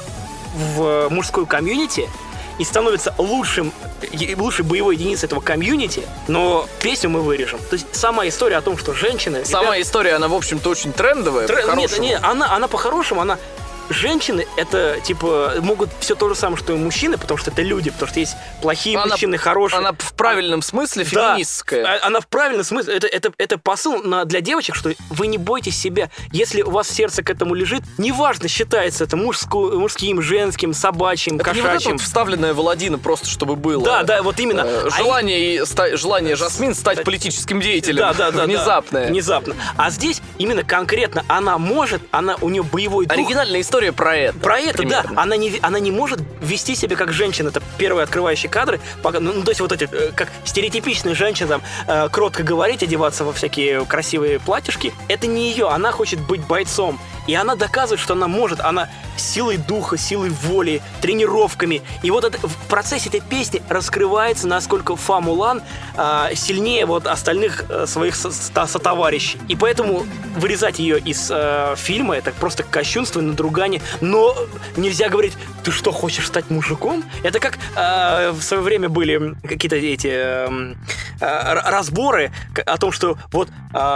в мужскую комьюнити и становится лучшей боевой единицей этого комьюнити, но песню мы вырежем. То есть сама история о том, что женщины... Сама история, она, в общем-то, очень трендовая. Нет, она по-хорошему, она... Женщины, это, типа, могут все то же самое, что и мужчины, потому что это люди, потому что есть плохие мужчины, хорошие. Она в правильном смысле феминистская. Да, она в правильном смысле. Это посыл для девочек, что вы не бойтесь себя. Если у вас сердце к этому лежит, неважно, считается это мужским, женским, собачьим, это кошачьим. Это не вот это вот вставленная Валадина просто, чтобы было. Да, вот именно. Желание Жасмин стать политическим деятелем. Да. Внезапное. Внезапно. А здесь именно конкретно она может, у нее боевой дух. Оригинальная история про это. Про это, примерно. Да. Она не может вести себя как женщина. Это первые открывающие кадры. Ну, то есть вот эти, как стереотипичные женщины, там, кротко говорить, одеваться во всякие красивые платьишки. Это не ее. Она хочет быть бойцом. И она доказывает, что она может. Она силой духа, силой воли, тренировками. И вот это, в процессе этой песни раскрывается, насколько Фа Мулан сильнее вот остальных своих сотоварищей. И поэтому вырезать ее из фильма — это просто кощунство и надругание. Но нельзя говорить: ты что, хочешь стать мужиком? Это как в свое время были какие-то эти разборы о том, что вот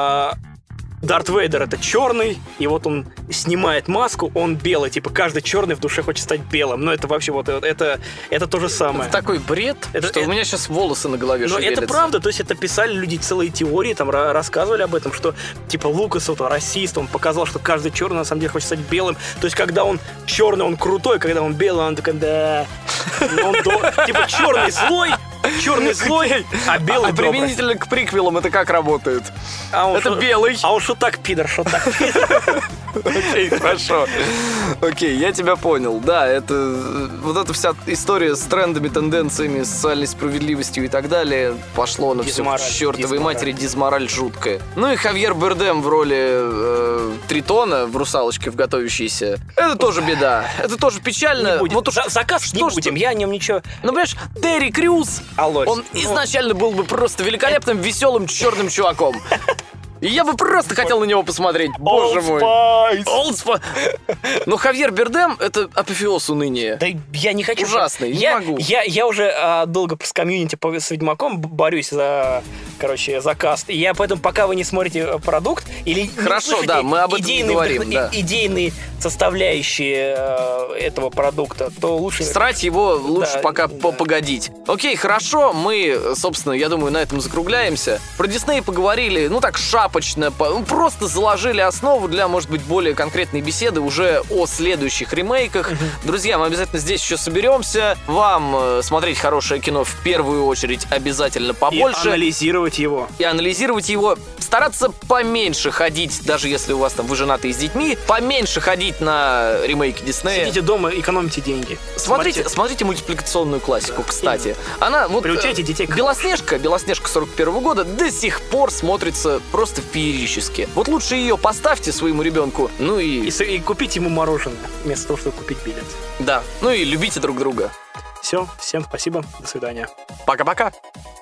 Дарт Вейдер — это черный, и вот он снимает маску, он белый, типа каждый черный в душе хочет стать белым. Но это вообще вот это то же самое. Это такой бред, что у меня сейчас волосы на голове шевелятся. Но это правда, то есть это писали люди целые теории, там рассказывали об этом, что типа Лукас, вот, расист, он показал, что каждый черный на самом деле хочет стать белым. То есть когда он черный, он крутой, когда он белый, он такой, да. Типа черный злой, а белый добрый. Применительно к приквелам это как работает? Это белый. А он шо так пидор. Окей, хорошо. Окей, я тебя понял. Да, вот эта вся история с трендами, тенденциями, социальной справедливостью и так далее пошло на все к чертовой матери, дизмораль жуткая. Ну и Хавьер Бардем в роли Тритона в «Русалочке» в «Готовящейся». Это тоже беда. Это тоже печально. Заказ не будем, я о нем ничего... Ну, понимаешь, Терри Крюс, он изначально был бы просто великолепным, веселым черным чуваком. И я бы просто хотел на него посмотреть. Боже мой. Old Spice. Но Хавьер Бардем — это апофеоз уныния. Да я не хочу. Ужасно, не могу. Я уже долго с комьюнити с Ведьмаком борюсь за каст. И я поэтому, пока вы не смотрите продукт или хорошо, да, мы об этом не говорим. Идейные составляющие этого продукта, то лучше... Срать его лучше пока погодить. Окей, хорошо, мы, собственно, я думаю, на этом закругляемся. Про Дисней поговорили, так, шапочно, просто заложили основу для, может быть, более конкретной беседы уже о следующих ремейках. Друзья, мы обязательно здесь еще соберемся. Вам смотреть хорошее кино в первую очередь обязательно побольше. И анализировать его. Стараться поменьше ходить, даже если у вас там вы женаты с детьми, поменьше ходить на ремейки Диснея. Сидите дома, экономите деньги. Смотрите мультипликационную классику, кстати. Она вот... Приучайте детей к... Белоснежка 41-го года до сих пор смотрится просто феерически. Вот лучше ее поставьте своему ребенку, и купите ему мороженое, вместо того, чтобы купить билет. Да, и любите друг друга. Все, всем спасибо, до свидания. Пока-пока.